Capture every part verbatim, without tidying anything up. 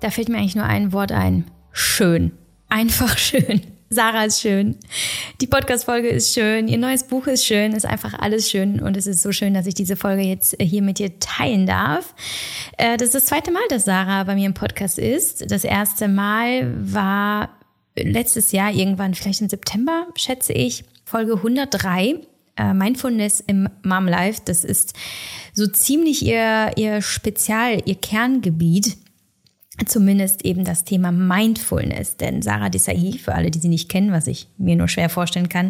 Da fällt mir eigentlich nur ein Wort ein. Schön. Einfach schön. Sarah ist schön. Die Podcast-Folge ist schön. Ihr neues Buch ist schön. Ist einfach alles schön. Und es ist so schön, dass ich diese Folge jetzt hier mit dir teilen darf. Das ist das zweite Mal, dass Sarah bei mir im Podcast ist. Das erste Mal war letztes Jahr, irgendwann vielleicht im September, schätze ich, Folge hundertdrei. Mindfulness im Mom Life. Das ist so ziemlich ihr, ihr Spezial, ihr Kerngebiet. Zumindest eben das Thema Mindfulness, denn Sarah Desai, für alle, die sie nicht kennen, was ich mir nur schwer vorstellen kann,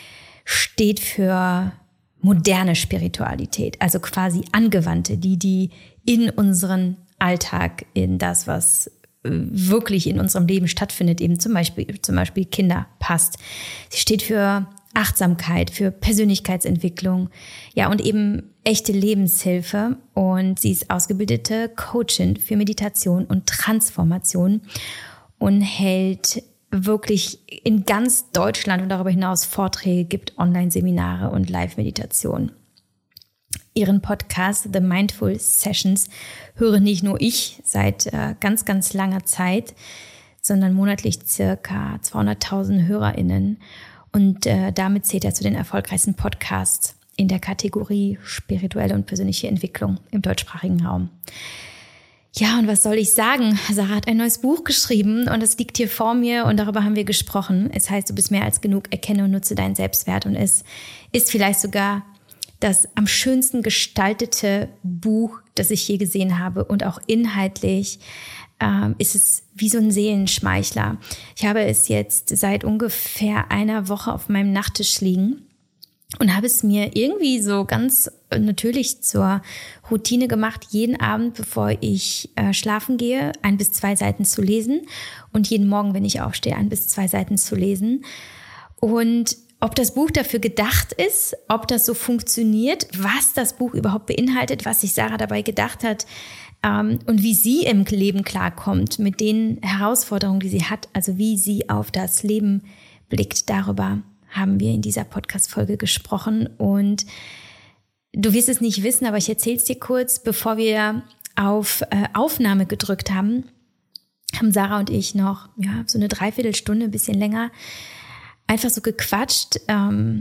steht für moderne Spiritualität, also quasi angewandte, die, die in unseren Alltag, in das, was wirklich in unserem Leben stattfindet, eben zum Beispiel, zum Beispiel Kinder passt. Sie steht für Achtsamkeit, für Persönlichkeitsentwicklung, ja, und eben echte Lebenshilfe. Und sie ist ausgebildete Coachin für Meditation und Transformation und hält wirklich in ganz Deutschland und darüber hinaus Vorträge, gibt Online-Seminare und Live-Meditation. Ihren Podcast The Mindful Sessions höre nicht nur ich seit äh, ganz, ganz langer Zeit, sondern monatlich circa zweihunderttausend HörerInnen. Und äh, damit zählt er zu den erfolgreichsten Podcasts in der Kategorie spirituelle und persönliche Entwicklung im deutschsprachigen Raum. Ja, und was soll ich sagen? Sarah hat ein neues Buch geschrieben und es liegt hier vor mir und darüber haben wir gesprochen. Es heißt, du bist mehr als genug, erkenne und nutze deinen Selbstwert. Und es ist vielleicht sogar das am schönsten gestaltete Buch, das ich je gesehen habe, und auch inhaltlich ähm, ist es wie so ein Seelenschmeichler. Ich habe es jetzt seit ungefähr einer Woche auf meinem Nachttisch liegen und habe es mir irgendwie so ganz natürlich zur Routine gemacht, jeden Abend, bevor ich äh, schlafen gehe, ein bis zwei Seiten zu lesen und jeden Morgen, wenn ich aufstehe, ein bis zwei Seiten zu lesen. Und ob das Buch dafür gedacht ist, ob das so funktioniert, was das Buch überhaupt beinhaltet, was sich Sarah dabei gedacht hat ähm, und wie sie im Leben klarkommt mit den Herausforderungen, die sie hat, also wie sie auf das Leben blickt. Darüber haben wir in dieser Podcast-Folge gesprochen und du wirst es nicht wissen, aber ich erzähle es dir kurz. Bevor wir auf äh, Aufnahme gedrückt haben, haben Sarah und ich noch ja so eine Dreiviertelstunde, ein bisschen länger, einfach so gequatscht ähm,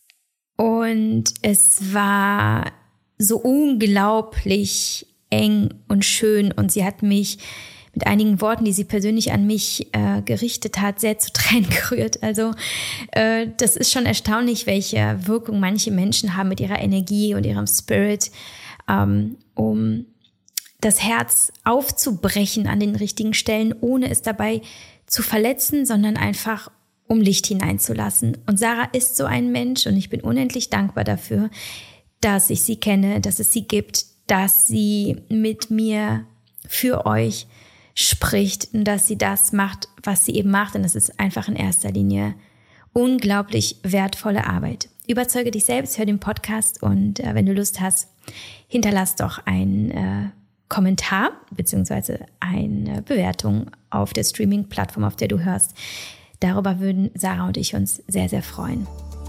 und es war so unglaublich eng und schön und sie hat mich mit einigen Worten, die sie persönlich an mich äh, gerichtet hat, sehr zu Tränen gerührt. Also äh, das ist schon erstaunlich, welche Wirkung manche Menschen haben mit ihrer Energie und ihrem Spirit, ähm, um das Herz aufzubrechen an den richtigen Stellen, ohne es dabei zu verletzen, sondern einfach um Licht hineinzulassen. Und Sarah ist so ein Mensch und ich bin unendlich dankbar dafür, dass ich sie kenne, dass es sie gibt, dass sie mit mir für euch spricht und dass sie das macht, was sie eben macht. Und das ist einfach in erster Linie unglaublich wertvolle Arbeit. Überzeuge dich selbst, hör den Podcast und äh, wenn du Lust hast, hinterlass doch einen äh, Kommentar beziehungsweise eine Bewertung auf der Streaming-Plattform, auf der du hörst. Darüber würden Sarah und ich uns sehr, sehr freuen.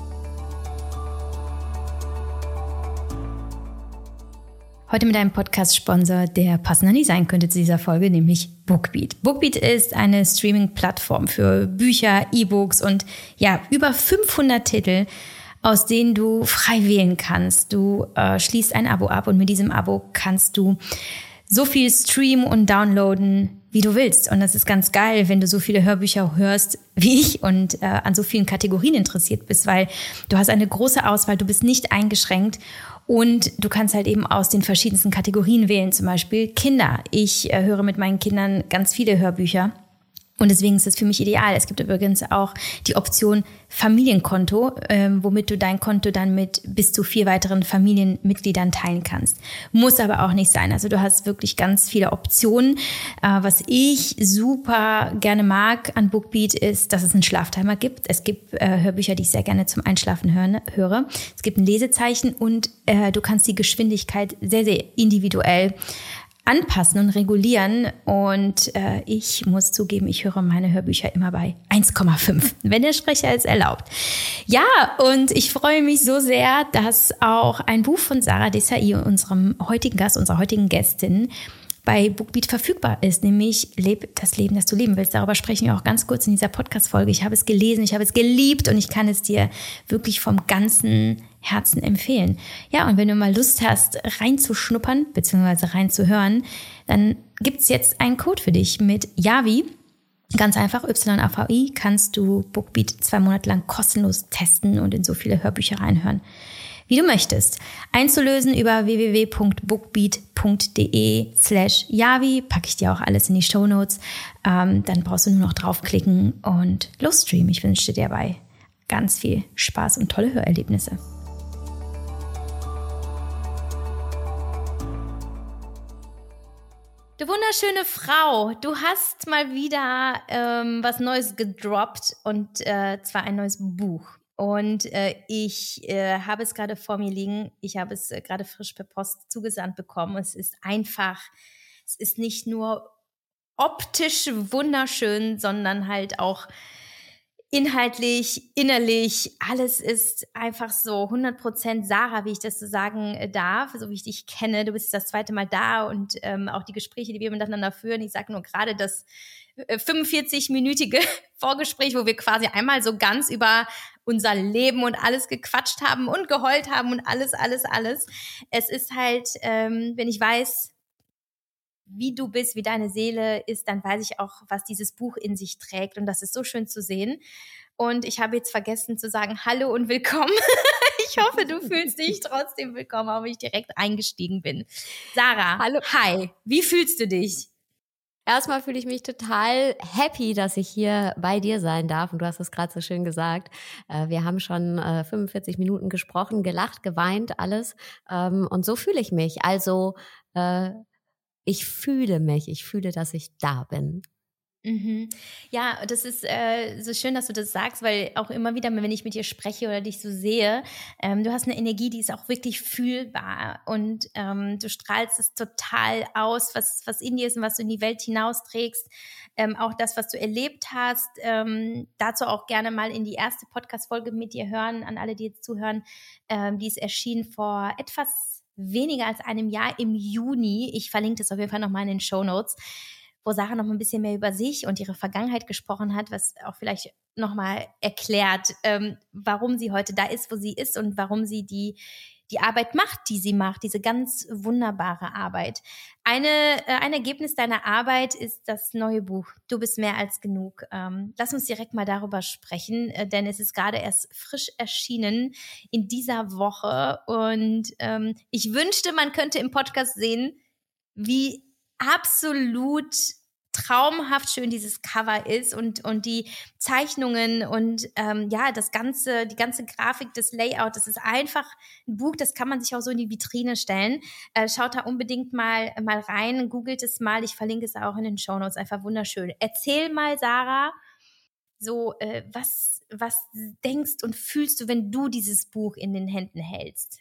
Heute mit einem Podcast-Sponsor, der passender nicht sein könnte zu dieser Folge, nämlich Bookbeat. Bookbeat ist eine Streaming-Plattform für Bücher, E-Books und ja, über fünfhundert Titel, aus denen du frei wählen kannst. Du äh, schließt ein Abo ab und mit diesem Abo kannst du so viel streamen und downloaden, wie du willst. Und das ist ganz geil, wenn du so viele Hörbücher hörst wie ich und äh, an so vielen Kategorien interessiert bist, weil du hast eine große Auswahl, du bist nicht eingeschränkt und du kannst halt eben aus den verschiedensten Kategorien wählen, zum Beispiel Kinder. Ich äh, höre mit meinen Kindern ganz viele Hörbücher. Und deswegen ist es für mich ideal. Es gibt übrigens auch die Option Familienkonto, ähm, womit du dein Konto dann mit bis zu vier weiteren Familienmitgliedern teilen kannst. Muss aber auch nicht sein. Also du hast wirklich ganz viele Optionen. Äh, was ich super gerne mag an Bookbeat ist, dass es einen Schlaftimer gibt. Es gibt äh, Hörbücher, die ich sehr gerne zum Einschlafen hören, höre. Es gibt ein Lesezeichen und äh, du kannst die Geschwindigkeit sehr, sehr individuell anpassen und regulieren und äh, ich muss zugeben, ich höre meine Hörbücher immer bei eins Komma fünf, wenn der Sprecher es erlaubt. Ja, und ich freue mich so sehr, dass auch ein Buch von Sarah Desai, unserem heutigen Gast, unserer heutigen Gästin, bei Bookbeat verfügbar ist, nämlich Leb das Leben, das du leben willst. Darüber sprechen wir auch ganz kurz in dieser Podcast-Folge. Ich habe es gelesen, ich habe es geliebt und ich kann es dir wirklich vom ganzen Herzen empfehlen. Ja, und wenn du mal Lust hast, reinzuschnuppern bzw. reinzuhören, dann gibt es jetzt einen Code für dich mit Yavi. Ganz einfach, Y A V I, kannst du Bookbeat zwei Monate lang kostenlos testen und in so viele Hörbücher reinhören, wie du möchtest. Einzulösen über w w w punkt bookbeat punkt d e slash Yavi, packe ich dir auch alles in die Shownotes. Ähm, dann brauchst du nur noch draufklicken und losstreamen. Ich wünsche dir dabei ganz viel Spaß und tolle Hörerlebnisse. Du wunderschöne Frau, du hast mal wieder ähm, was Neues gedroppt und äh, zwar ein neues Buch. Und äh, ich äh, habe es gerade vor mir liegen. Ich habe es äh, gerade frisch per Post zugesandt bekommen. Es ist einfach, es ist nicht nur optisch wunderschön, sondern halt auch inhaltlich, innerlich. Alles ist einfach so hundert Prozent Sarah, wie ich das so sagen darf, so wie ich dich kenne. Du bist das zweite Mal da und ähm, auch die Gespräche, die wir miteinander führen. Ich sage nur gerade das fünfundvierzig-minütige Vorgespräch, wo wir quasi einmal so ganz über unser Leben und alles gequatscht haben und geheult haben und alles, alles, alles. Es ist halt, ähm, wenn ich weiß, wie du bist, wie deine Seele ist, dann weiß ich auch, was dieses Buch in sich trägt und das ist so schön zu sehen. Und ich habe jetzt vergessen zu sagen Hallo und willkommen. Ich hoffe, du fühlst dich trotzdem willkommen, auch wenn ich direkt eingestiegen bin. Sarah, hallo. Hi, wie fühlst du dich? Erstmal fühle ich mich total happy, dass ich hier bei dir sein darf. Und du hast es gerade so schön gesagt. Wir haben schon fünfundvierzig Minuten gesprochen, gelacht, geweint, alles. Und so fühle ich mich. Also ich fühle mich. Ich fühle, dass ich da bin. Mhm. Ja, das ist äh, so schön, dass du das sagst, weil auch immer wieder, wenn ich mit dir spreche oder dich so sehe, ähm, du hast eine Energie, die ist auch wirklich fühlbar und ähm, du strahlst es total aus, was, was in dir ist und was du in die Welt hinausträgst. Ähm, auch das, was du erlebt hast, ähm, dazu auch gerne mal in die erste Podcast-Folge mit dir hören, an alle, die jetzt zuhören. Ähm, die ist erschienen vor etwas weniger als einem Jahr im Juni. Ich verlinke das auf jeden Fall nochmal in den Shownotes, wo Sarah noch mal ein bisschen mehr über sich und ihre Vergangenheit gesprochen hat, was auch vielleicht noch mal erklärt, ähm, warum sie heute da ist, wo sie ist und warum sie die, die Arbeit macht, die sie macht, diese ganz wunderbare Arbeit. Eine, äh, ein Ergebnis deiner Arbeit ist das neue Buch Du bist mehr als genug. Ähm, lass uns direkt mal darüber sprechen, äh, denn es ist gerade erst frisch erschienen in dieser Woche und ähm, ich wünschte, man könnte im Podcast sehen, wie absolut traumhaft schön dieses Cover ist und und die Zeichnungen und ähm, ja, das ganze, die ganze Grafik, das Layout, das ist einfach ein Buch, das kann man sich auch so in die Vitrine stellen. Äh, schaut da unbedingt mal mal rein, googelt es mal, ich verlinke es auch in den Shownotes, einfach wunderschön. Erzähl mal, Sarah, so äh, was was denkst und fühlst du, wenn du dieses Buch in den Händen hältst?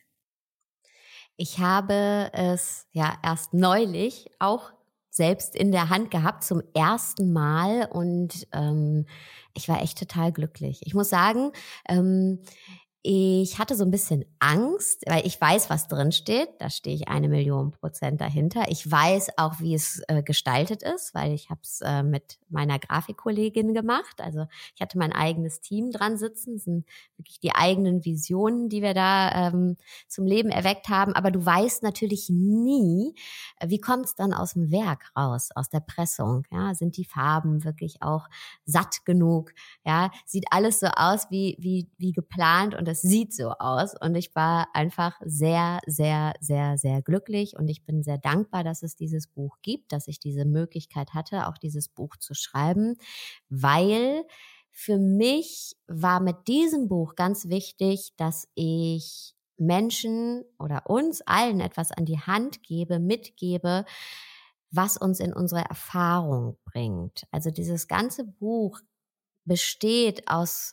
Ich habe es ja erst neulich auch selbst in der Hand gehabt, zum ersten Mal und ähm, ich war echt total glücklich. Ich muss sagen, ähm, ich hatte so ein bisschen Angst, weil ich weiß, was drin steht. Da stehe ich eine Million Prozent dahinter. Ich weiß auch, wie es äh, gestaltet ist, weil ich habe es äh, mit meiner Grafikkollegin gemacht. Also ich hatte mein eigenes Team dran sitzen. Das sind wirklich die eigenen Visionen, die wir da ähm, zum Leben erweckt haben. Aber du weißt natürlich nie, äh, wie kommt es dann aus dem Werk raus, aus der Pressung. Ja, sind die Farben wirklich auch satt genug? Ja, sieht alles so aus wie wie wie geplant und das sieht so aus und ich war einfach sehr, sehr, sehr, sehr glücklich und ich bin sehr dankbar, dass es dieses Buch gibt, dass ich diese Möglichkeit hatte, auch dieses Buch zu schreiben, weil für mich war mit diesem Buch ganz wichtig, dass ich Menschen oder uns allen etwas an die Hand gebe, mitgebe, was uns in unsere Erfahrung bringt. Also dieses ganze Buch besteht aus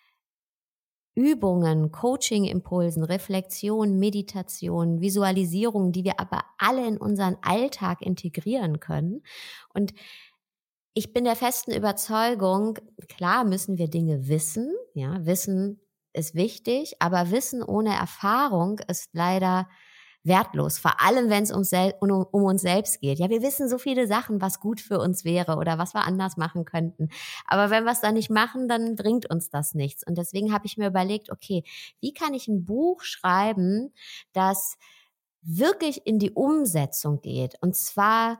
Übungen, Coaching-Impulsen, Reflexion, Meditation, Visualisierung, die wir aber alle in unseren Alltag integrieren können. Und ich bin der festen Überzeugung, klar müssen wir Dinge wissen, ja, Wissen ist wichtig, aber Wissen ohne Erfahrung ist leider wertlos, vor allem wenn es um, um, um uns selbst geht. Ja, wir wissen so viele Sachen, was gut für uns wäre oder was wir anders machen könnten. Aber wenn wir es dann nicht machen, dann bringt uns das nichts. Und deswegen habe ich mir überlegt, okay, wie kann ich ein Buch schreiben, das wirklich in die Umsetzung geht? Und zwar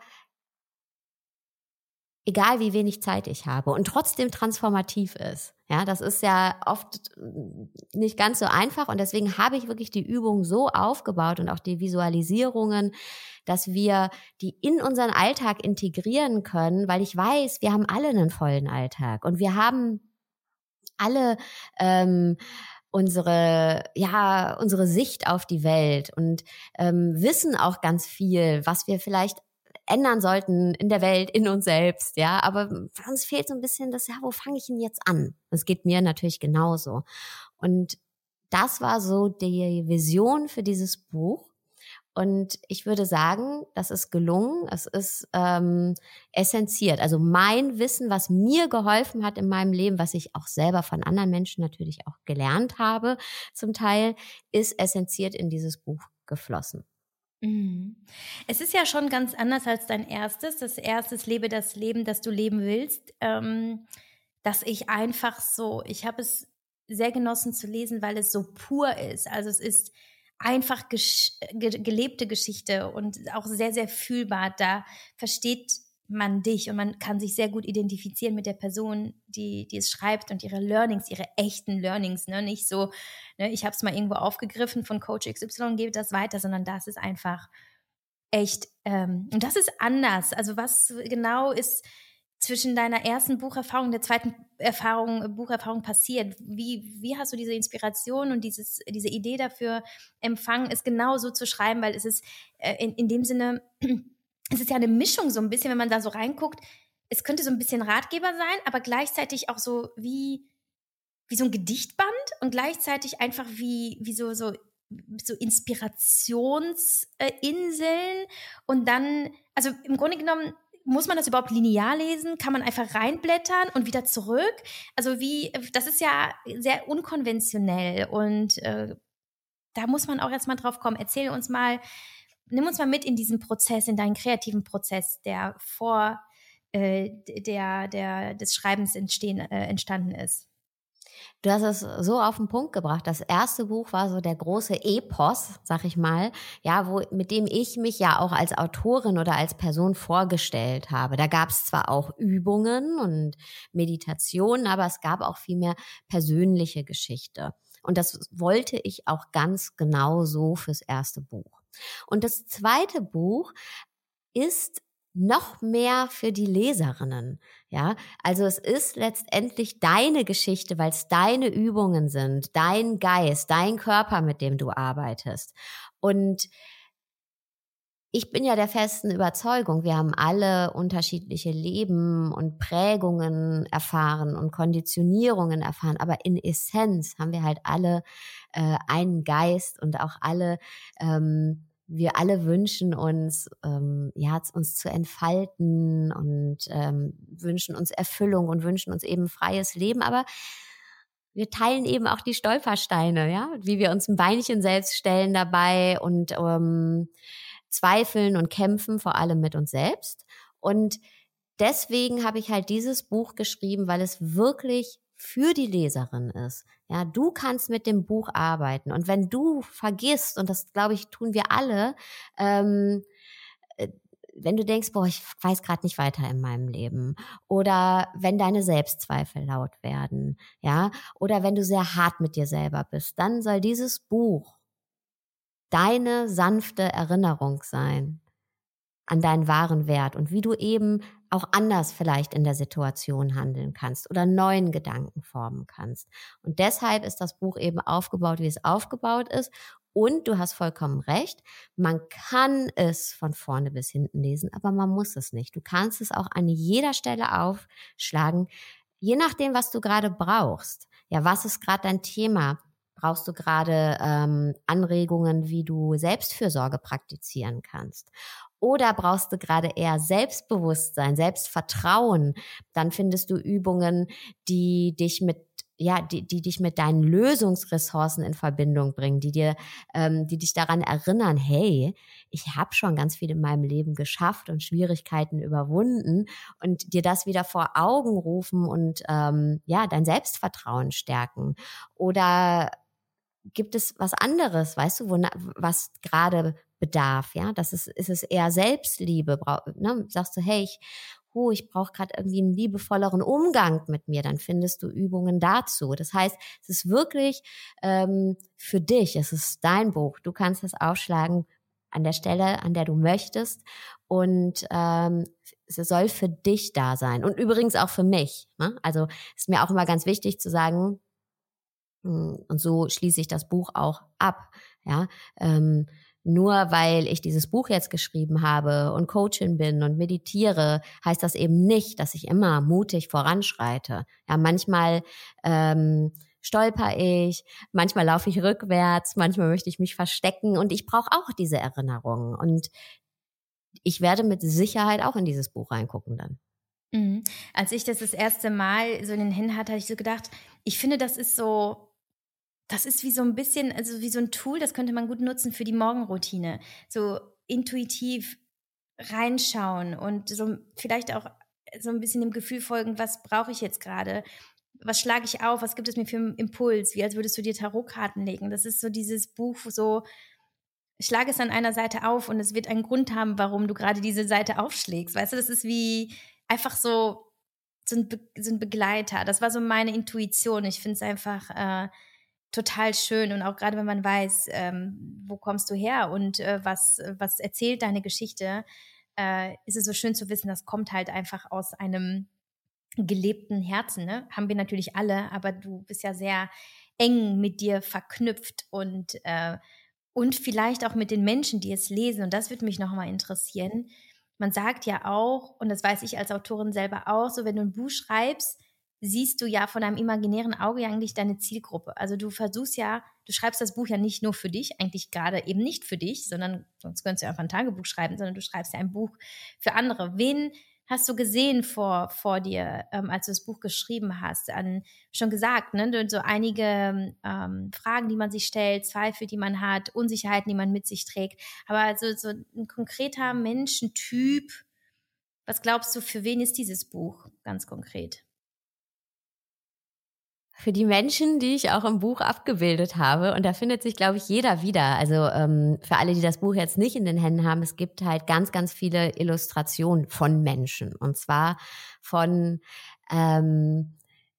egal wie wenig Zeit ich habe und trotzdem transformativ ist. Ja, das ist ja oft nicht ganz so einfach und deswegen habe ich wirklich die Übung so aufgebaut und auch die Visualisierungen, dass wir die in unseren Alltag integrieren können, weil ich weiß, wir haben alle einen vollen Alltag und wir haben alle ähm, unsere, ja, unsere Sicht auf die Welt und ähm, wissen auch ganz viel, was wir vielleicht ändern sollten in der Welt, in uns selbst, ja, aber uns fehlt so ein bisschen das, ja, wo fange ich denn jetzt an? Das geht mir natürlich genauso. Und das war so die Vision für dieses Buch. Und ich würde sagen, das ist gelungen, es ist ähm, essenziert. Also mein Wissen, was mir geholfen hat in meinem Leben, was ich auch selber von anderen Menschen natürlich auch gelernt habe, zum Teil, ist essenziert in dieses Buch geflossen. Es ist ja schon ganz anders als dein erstes. Das erste Lebe das Leben, das du leben willst. Ähm, dass ich einfach so, ich habe es sehr genossen zu lesen, weil es so pur ist. Also es ist einfach gesch- ge- gelebte Geschichte und auch sehr, sehr fühlbar. Da versteht man dich und man kann sich sehr gut identifizieren mit der Person, die, die es schreibt und ihre Learnings, ihre echten Learnings, ne? Nicht so, ne, ich habe es mal irgendwo aufgegriffen von Coach X Y, gebe das weiter, sondern das ist einfach echt, ähm, und das ist anders. Also was genau ist zwischen deiner ersten Bucherfahrung und der zweiten Erfahrung, Bucherfahrung passiert? Wie, wie hast du diese Inspiration und dieses, diese Idee dafür empfangen, es genau so zu schreiben, weil es ist äh, in, in dem Sinne, es ist ja eine Mischung so ein bisschen, wenn man da so reinguckt, es könnte so ein bisschen Ratgeber sein, aber gleichzeitig auch so wie, wie so ein Gedichtband und gleichzeitig einfach wie, wie so, so, so Inspirationsinseln und dann, also im Grunde genommen, muss man das überhaupt linear lesen? Kann man einfach reinblättern und wieder zurück? Also wie, das ist ja sehr unkonventionell und äh, da muss man auch erstmal drauf kommen. Erzähl uns mal, nimm uns mal mit in diesen Prozess, in deinen kreativen Prozess, der vor äh, der, der des Schreibens entstehen, äh, entstanden ist. Du hast es so auf den Punkt gebracht. Das erste Buch war so der große Epos, sag ich mal, ja, wo, mit dem ich mich ja auch als Autorin oder als Person vorgestellt habe. Da gab es zwar auch Übungen und Meditationen, aber es gab auch viel mehr persönliche Geschichte. Und das wollte ich auch ganz genau so fürs erste Buch. Und das zweite Buch ist noch mehr für die Leserinnen, ja. Also es ist letztendlich deine Geschichte, weil es deine Übungen sind, dein Geist, dein Körper, mit dem du arbeitest. Und ich bin ja der festen Überzeugung, wir haben alle unterschiedliche Leben und Prägungen erfahren und Konditionierungen erfahren, aber in Essenz haben wir halt alle äh, einen Geist und auch alle ähm, wir alle wünschen uns, ähm, ja, uns zu entfalten und ähm, wünschen uns Erfüllung und wünschen uns eben freies Leben. Aber wir teilen eben auch die Stolpersteine, ja, wie wir uns ein Beinchen selbst stellen dabei und ähm, zweifeln und kämpfen, vor allem mit uns selbst. Und deswegen habe ich halt dieses Buch geschrieben, weil es wirklich für die Leserin ist. Ja, du kannst mit dem Buch arbeiten. Und wenn du vergisst, und das, glaube ich, tun wir alle, ähm, wenn du denkst, boah, ich weiß gerade nicht weiter in meinem Leben, oder wenn deine Selbstzweifel laut werden, ja, oder wenn du sehr hart mit dir selber bist, dann soll dieses Buch deine sanfte Erinnerung sein an deinen wahren Wert und wie du eben auch anders vielleicht in der Situation handeln kannst oder neuen Gedanken formen kannst. Und deshalb ist das Buch eben aufgebaut, wie es aufgebaut ist. Und du hast vollkommen recht, man kann es von vorne bis hinten lesen, aber man muss es nicht. Du kannst es auch an jeder Stelle aufschlagen, je nachdem, was du gerade brauchst. Ja, was ist gerade dein Thema? Brauchst du gerade ähm, Anregungen, wie du Selbstfürsorge praktizieren kannst? Oder brauchst du gerade eher Selbstbewusstsein, Selbstvertrauen? Dann findest du Übungen, die dich mit ja, die, die dich mit deinen Lösungsressourcen in Verbindung bringen, die dir, ähm, die dich daran erinnern, hey, ich habe schon ganz viel in meinem Leben geschafft und Schwierigkeiten überwunden und dir das wieder vor Augen rufen und ähm, ja, dein Selbstvertrauen stärken. Oder gibt es was anderes, weißt du, wo, was gerade bedarf, ja? Das ist, ist es eher Selbstliebe, ne? Sagst du, hey, ich oh, ich brauche gerade irgendwie einen liebevolleren Umgang mit mir, dann findest du Übungen dazu. Das heißt, es ist wirklich ähm, für dich, es ist dein Buch. Du kannst es aufschlagen an der Stelle, an der du möchtest und ähm, es soll für dich da sein und übrigens auch für mich, ne? Also ist mir auch immer ganz wichtig zu sagen, und so schließe ich das Buch auch ab, ja, ähm, nur weil ich dieses Buch jetzt geschrieben habe und Coachin bin und meditiere, heißt das eben nicht, dass ich immer mutig voranschreite. Ja, manchmal ähm, stolper ich, manchmal laufe ich rückwärts, manchmal möchte ich mich verstecken und ich brauche auch diese Erinnerungen. Und ich werde mit Sicherheit auch in dieses Buch reingucken dann. Mhm. Als ich das das erste Mal so in den Händen hatte, habe ich so gedacht, ich finde, das ist so, das ist wie so ein bisschen, also wie so ein Tool, das könnte man gut nutzen für die Morgenroutine. So intuitiv reinschauen und so vielleicht auch so ein bisschen dem Gefühl folgen, was brauche ich jetzt gerade? Was schlage ich auf? Was gibt es mir für einen Impuls? Wie als würdest du dir Tarotkarten legen. Das ist so dieses Buch, so schlage es an einer Seite auf und es wird einen Grund haben, warum du gerade diese Seite aufschlägst. Weißt du, das ist wie einfach so, so ein, Be- so ein Begleiter. Das war so meine Intuition. Ich finde es einfach äh, total schön und auch gerade wenn man weiß, ähm, wo kommst du her und äh, was, was erzählt deine Geschichte, äh, ist es so schön zu wissen, das kommt halt einfach aus einem gelebten Herzen, ne? Haben wir natürlich alle, aber du bist ja sehr eng mit dir verknüpft und, äh, und vielleicht auch mit den Menschen, die es lesen. Und das würde mich nochmal interessieren. Man sagt ja auch, und das weiß ich als Autorin selber auch, so wenn du ein Buch schreibst, siehst du ja von einem imaginären Auge ja eigentlich deine Zielgruppe. Also du versuchst ja, du schreibst das Buch ja nicht nur für dich, eigentlich gerade eben nicht für dich, sondern sonst könntest du ja einfach ein Tagebuch schreiben, sondern du schreibst ja ein Buch für andere. Wen hast du gesehen vor, vor dir, ähm, als du das Buch geschrieben hast? An, schon gesagt, ne? So einige ähm, Fragen, die man sich stellt, Zweifel, die man hat, Unsicherheiten, die man mit sich trägt. Aber also so ein konkreter Menschentyp, was glaubst du, für wen ist dieses Buch ganz konkret? Für die Menschen, die ich auch im Buch abgebildet habe. Und da findet sich, glaube ich, jeder wieder. Also ähm, für alle, die das Buch jetzt nicht in den Händen haben, es gibt halt ganz, ganz viele Illustrationen von Menschen. Und zwar von ähm,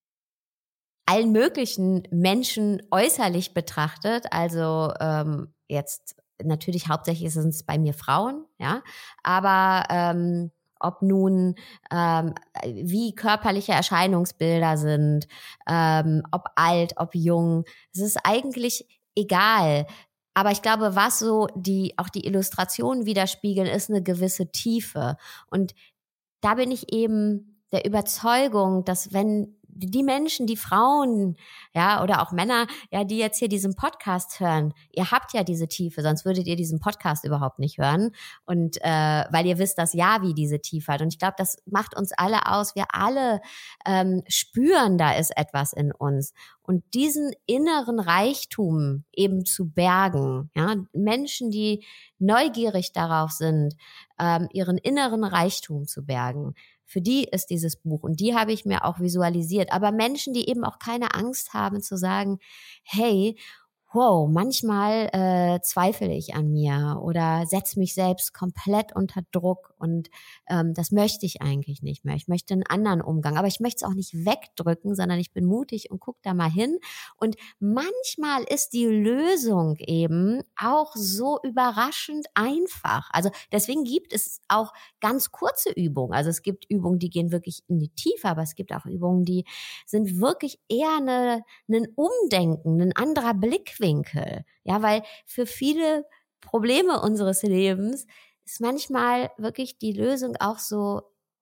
allen möglichen Menschen äußerlich betrachtet. Also ähm, jetzt natürlich hauptsächlich sind es bei mir Frauen, ja, aber ähm, ob nun ähm, wie körperliche Erscheinungsbilder sind, ähm, ob alt, ob jung, es ist eigentlich egal. Aber ich glaube, was so die auch die Illustrationen widerspiegeln, ist eine gewisse Tiefe. Und da bin ich eben der Überzeugung, dass wenn die Menschen, die Frauen, ja, oder auch Männer, ja, die jetzt hier diesen Podcast hören, ihr habt ja diese Tiefe, sonst würdet ihr diesen Podcast überhaupt nicht hören. Und äh, weil ihr wisst, dass Yavi diese Tiefe hat. Und ich glaube, das macht uns alle aus. Wir alle ähm, spüren, da ist etwas in uns. Und diesen inneren Reichtum eben zu bergen, ja, Menschen, die neugierig darauf sind, ähm, ihren inneren Reichtum zu bergen. Für die ist dieses Buch und die habe ich mir auch visualisiert. Aber Menschen, die eben auch keine Angst haben zu sagen, hey, wow, manchmal äh, zweifle ich an mir oder setze mich selbst komplett unter Druck und ähm, das möchte ich eigentlich nicht mehr. Ich möchte einen anderen Umgang, aber ich möchte es auch nicht wegdrücken, sondern ich bin mutig und gucke da mal hin. Und manchmal ist die Lösung eben auch so überraschend einfach. Also deswegen gibt es auch ganz kurze Übungen. Also es gibt Übungen, die gehen wirklich in die Tiefe, aber es gibt auch Übungen, die sind wirklich eher eine, ein Umdenken, ein anderer Blickwinkel. Ja, weil für viele Probleme unseres Lebens ist manchmal wirklich die Lösung auch so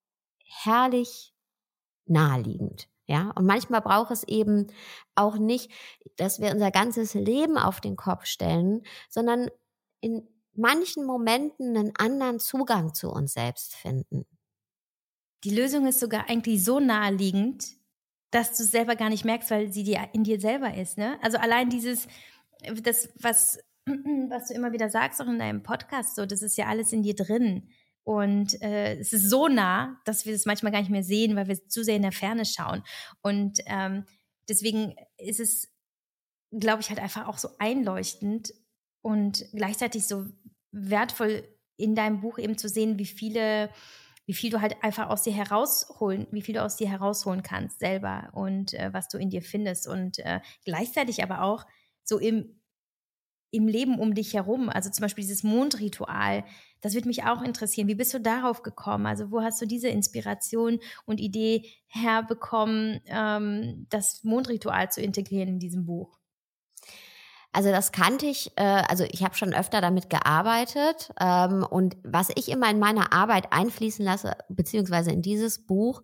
herrlich naheliegend. Ja, und manchmal braucht es eben auch nicht, dass wir unser ganzes Leben auf den Kopf stellen, sondern in manchen Momenten einen anderen Zugang zu uns selbst finden. Die Lösung ist sogar eigentlich so naheliegend, dass du es selber gar nicht merkst, weil sie dir in dir selber ist, ne? Also allein dieses, das, was, was du immer wieder sagst, auch in deinem Podcast, so, das ist ja alles in dir drin. Und äh, es ist so nah, dass wir es manchmal gar nicht mehr sehen, weil wir zu sehr in der Ferne schauen. Und ähm, deswegen ist es, glaube ich, halt einfach auch so einleuchtend und gleichzeitig so wertvoll in deinem Buch eben zu sehen, wie viele, wie viel du halt einfach aus dir herausholen, wie viel du aus dir herausholen kannst selber und äh, was du in dir findest und äh, gleichzeitig aber auch so im, im Leben um dich herum, also zum Beispiel dieses Mondritual, das würde mich auch interessieren. Wie bist du darauf gekommen? Also wo hast du diese Inspiration und Idee herbekommen, ähm, das Mondritual zu integrieren in diesem Buch? Also das kannte ich, äh, also ich habe schon öfter damit gearbeitet ähm, und was ich immer in meiner Arbeit einfließen lasse, beziehungsweise in dieses Buch,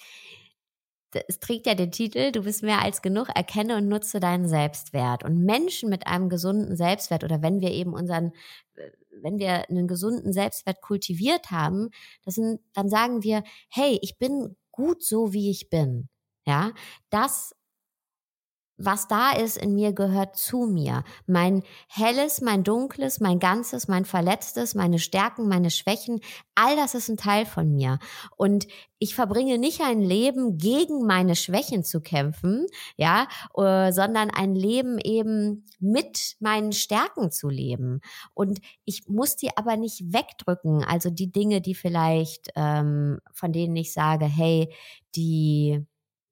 es trägt ja den Titel, du bist mehr als genug, erkenne und nutze deinen Selbstwert. Und Menschen mit einem gesunden Selbstwert oder wenn wir eben unseren, wenn wir einen gesunden Selbstwert kultiviert haben, das sind, dann sagen wir, hey, ich bin gut so, wie ich bin. Ja, das was da ist in mir, gehört zu mir. Mein Helles, mein Dunkles, mein Ganzes, mein Verletztes, meine Stärken, meine Schwächen, all das ist ein Teil von mir. Und ich verbringe nicht ein Leben, gegen meine Schwächen zu kämpfen, ja, äh, sondern ein Leben eben mit meinen Stärken zu leben. Und ich muss die aber nicht wegdrücken. Also die Dinge, die vielleicht, ähm, von denen ich sage, hey, die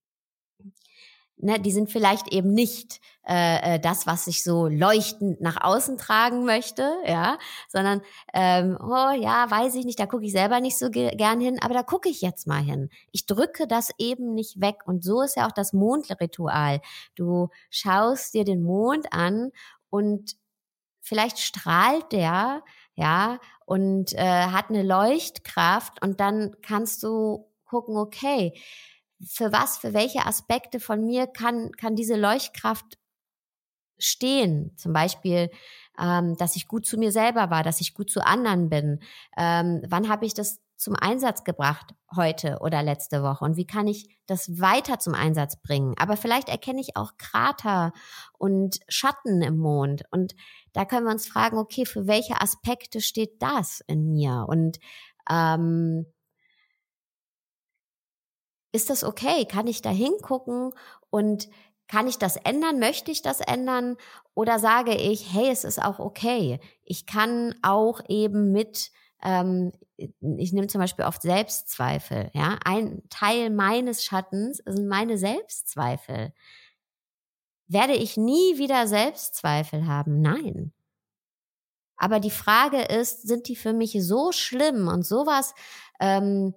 Ne, die sind vielleicht eben nicht äh, das, was ich so leuchtend nach außen tragen möchte, ja, sondern ähm, oh ja, weiß ich nicht, da gucke ich selber nicht so ge- gern hin, aber da gucke ich jetzt mal hin. Ich drücke das eben nicht weg und so ist ja auch das Mondritual. Du schaust dir den Mond an und vielleicht strahlt der, ja, und äh, hat eine Leuchtkraft und dann kannst du gucken, okay, für was, für welche Aspekte von mir kann, kann diese Leuchtkraft stehen? Zum Beispiel, ähm, dass ich gut zu mir selber war, dass ich gut zu anderen bin. Ähm, wann habe ich das zum Einsatz gebracht? Heute oder letzte Woche? Und wie kann ich das weiter zum Einsatz bringen? Aber vielleicht erkenne ich auch Krater und Schatten im Mond. Und da können wir uns fragen, okay, für welche Aspekte steht das in mir? Und ähm, ist das okay? Kann ich da hingucken und kann ich das ändern? Möchte ich das ändern? Oder sage ich, hey, es ist auch okay. Ich kann auch eben mit, ähm, ich nehme zum Beispiel oft Selbstzweifel. Ja, ein Teil meines Schattens sind meine Selbstzweifel. Werde ich nie wieder Selbstzweifel haben? Nein. Aber die Frage ist, sind die für mich so schlimm und sowas ähm,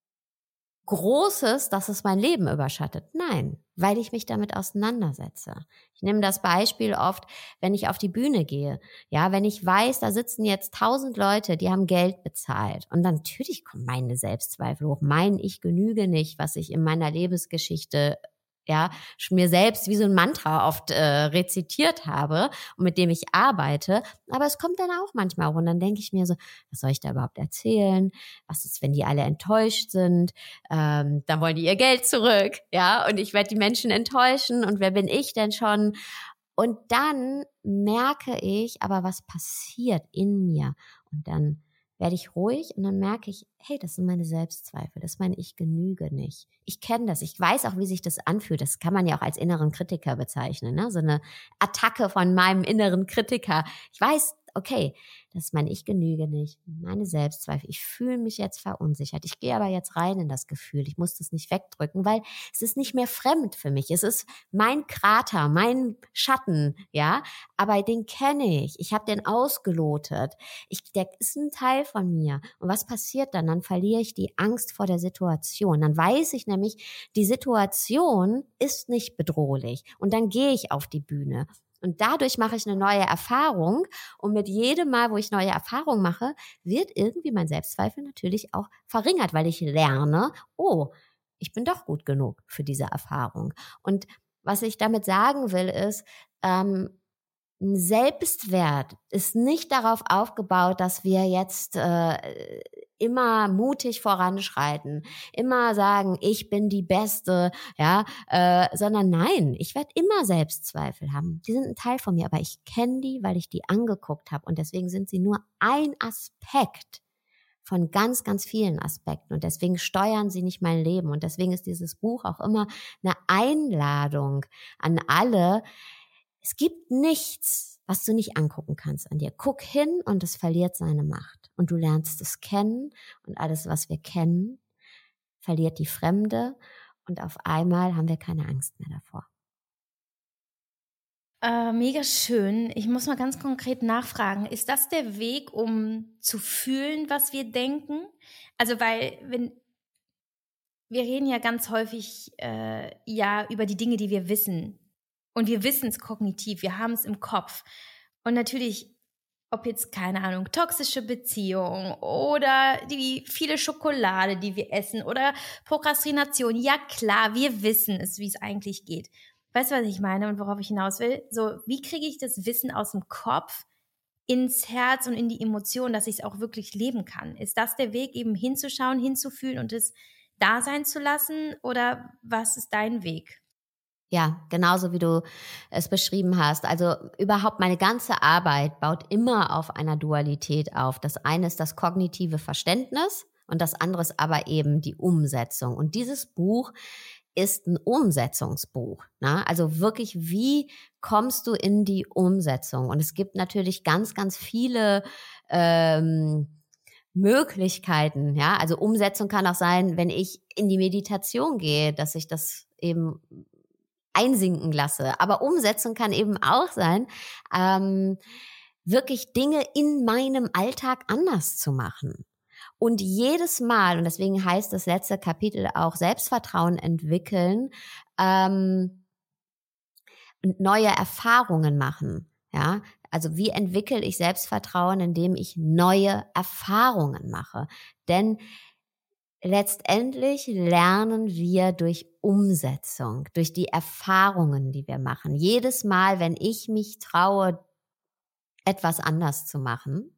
Großes, dass es mein Leben überschattet? Nein, weil ich mich damit auseinandersetze. Ich nehme das Beispiel oft, wenn ich auf die Bühne gehe. Ja, wenn ich weiß, da sitzen jetzt tausend Leute, die haben Geld bezahlt. Und dann natürlich kommen meine Selbstzweifel hoch. Mein Ich genüge nicht, was ich in meiner Lebensgeschichte ja, mir selbst wie so ein Mantra oft äh, rezitiert habe und mit dem ich arbeite. Aber es kommt dann auch manchmal hoch und dann denke ich mir so, was soll ich da überhaupt erzählen? Was ist, wenn die alle enttäuscht sind? Ähm, dann wollen die ihr Geld zurück, ja, und ich werde die Menschen enttäuschen und wer bin ich denn schon? Und dann merke ich aber, was passiert in mir und dann werde ich ruhig und dann merke ich, hey, das sind meine Selbstzweifel, das meine ich genüge nicht. Ich kenne das, ich weiß auch, wie sich das anfühlt. Das kann man ja auch als inneren Kritiker bezeichnen, ne? So eine Attacke von meinem inneren Kritiker. Ich weiß, okay, das meine ich genüge nicht, meine Selbstzweifel. Ich fühle mich jetzt verunsichert. Ich gehe aber jetzt rein in das Gefühl. Ich muss das nicht wegdrücken, weil es ist nicht mehr fremd für mich. Es ist mein Krater, mein Schatten, ja. Aber den kenne ich. Ich habe den ausgelotet. Ich, der ist ein Teil von mir. Und was passiert dann? Dann verliere ich die Angst vor der Situation. Dann weiß ich nämlich, die Situation ist nicht bedrohlich. Und dann gehe ich auf die Bühne. Und dadurch mache ich eine neue Erfahrung. Und mit jedem Mal, wo ich neue Erfahrungen mache, wird irgendwie mein Selbstzweifel natürlich auch verringert, weil ich lerne, oh, ich bin doch gut genug für diese Erfahrung. Und was ich damit sagen will, ist, ähm, ein Selbstwert ist nicht darauf aufgebaut, dass wir jetzt äh, immer mutig voranschreiten, immer sagen, ich bin die Beste, ja, äh, sondern nein, ich werde immer Selbstzweifel haben. Die sind ein Teil von mir, aber ich kenne die, weil ich die angeguckt habe und deswegen sind sie nur ein Aspekt von ganz, ganz vielen Aspekten und deswegen steuern sie nicht mein Leben und deswegen ist dieses Buch auch immer eine Einladung an alle. Es gibt nichts, was du nicht angucken kannst an dir. Guck hin und es verliert seine Macht. Und du lernst es kennen und alles, was wir kennen, verliert die Fremde und auf einmal haben wir keine Angst mehr davor. Äh, mega schön. Ich muss mal ganz konkret nachfragen. Ist das der Weg, um zu fühlen, was wir denken? Also weil, wenn wir reden ja ganz häufig äh, ja über die Dinge, die wir wissen. Und wir wissen es kognitiv, wir haben es im Kopf. Und natürlich, ob jetzt, keine Ahnung, toxische Beziehung oder die viele Schokolade, die wir essen oder Prokrastination. Ja klar, wir wissen es, wie es eigentlich geht. Weißt du, was ich meine und worauf ich hinaus will? So, wie kriege ich das Wissen aus dem Kopf ins Herz und in die Emotionen, dass ich es auch wirklich leben kann? Ist das der Weg, eben hinzuschauen, hinzufühlen und es da sein zu lassen? Oder was ist dein Weg? Ja, genauso wie du es beschrieben hast. Also überhaupt meine ganze Arbeit baut immer auf einer Dualität auf. Das eine ist das kognitive Verständnis und das andere ist aber eben die Umsetzung. Und dieses Buch ist ein Umsetzungsbuch, ne? Also wirklich, wie kommst du in die Umsetzung? Und es gibt natürlich ganz, ganz viele ähm, Möglichkeiten, ja. Also Umsetzung kann auch sein, wenn ich in die Meditation gehe, dass ich das eben einsinken lasse. Aber Umsetzung kann eben auch sein, ähm, wirklich Dinge in meinem Alltag anders zu machen. Und jedes Mal, und deswegen heißt das letzte Kapitel auch Selbstvertrauen entwickeln, ähm, und neue Erfahrungen machen. Ja, also wie entwickle ich Selbstvertrauen, indem ich neue Erfahrungen mache? Denn letztendlich lernen wir durch Umsetzung, durch die Erfahrungen, die wir machen. Jedes Mal, wenn ich mich traue, etwas anders zu machen,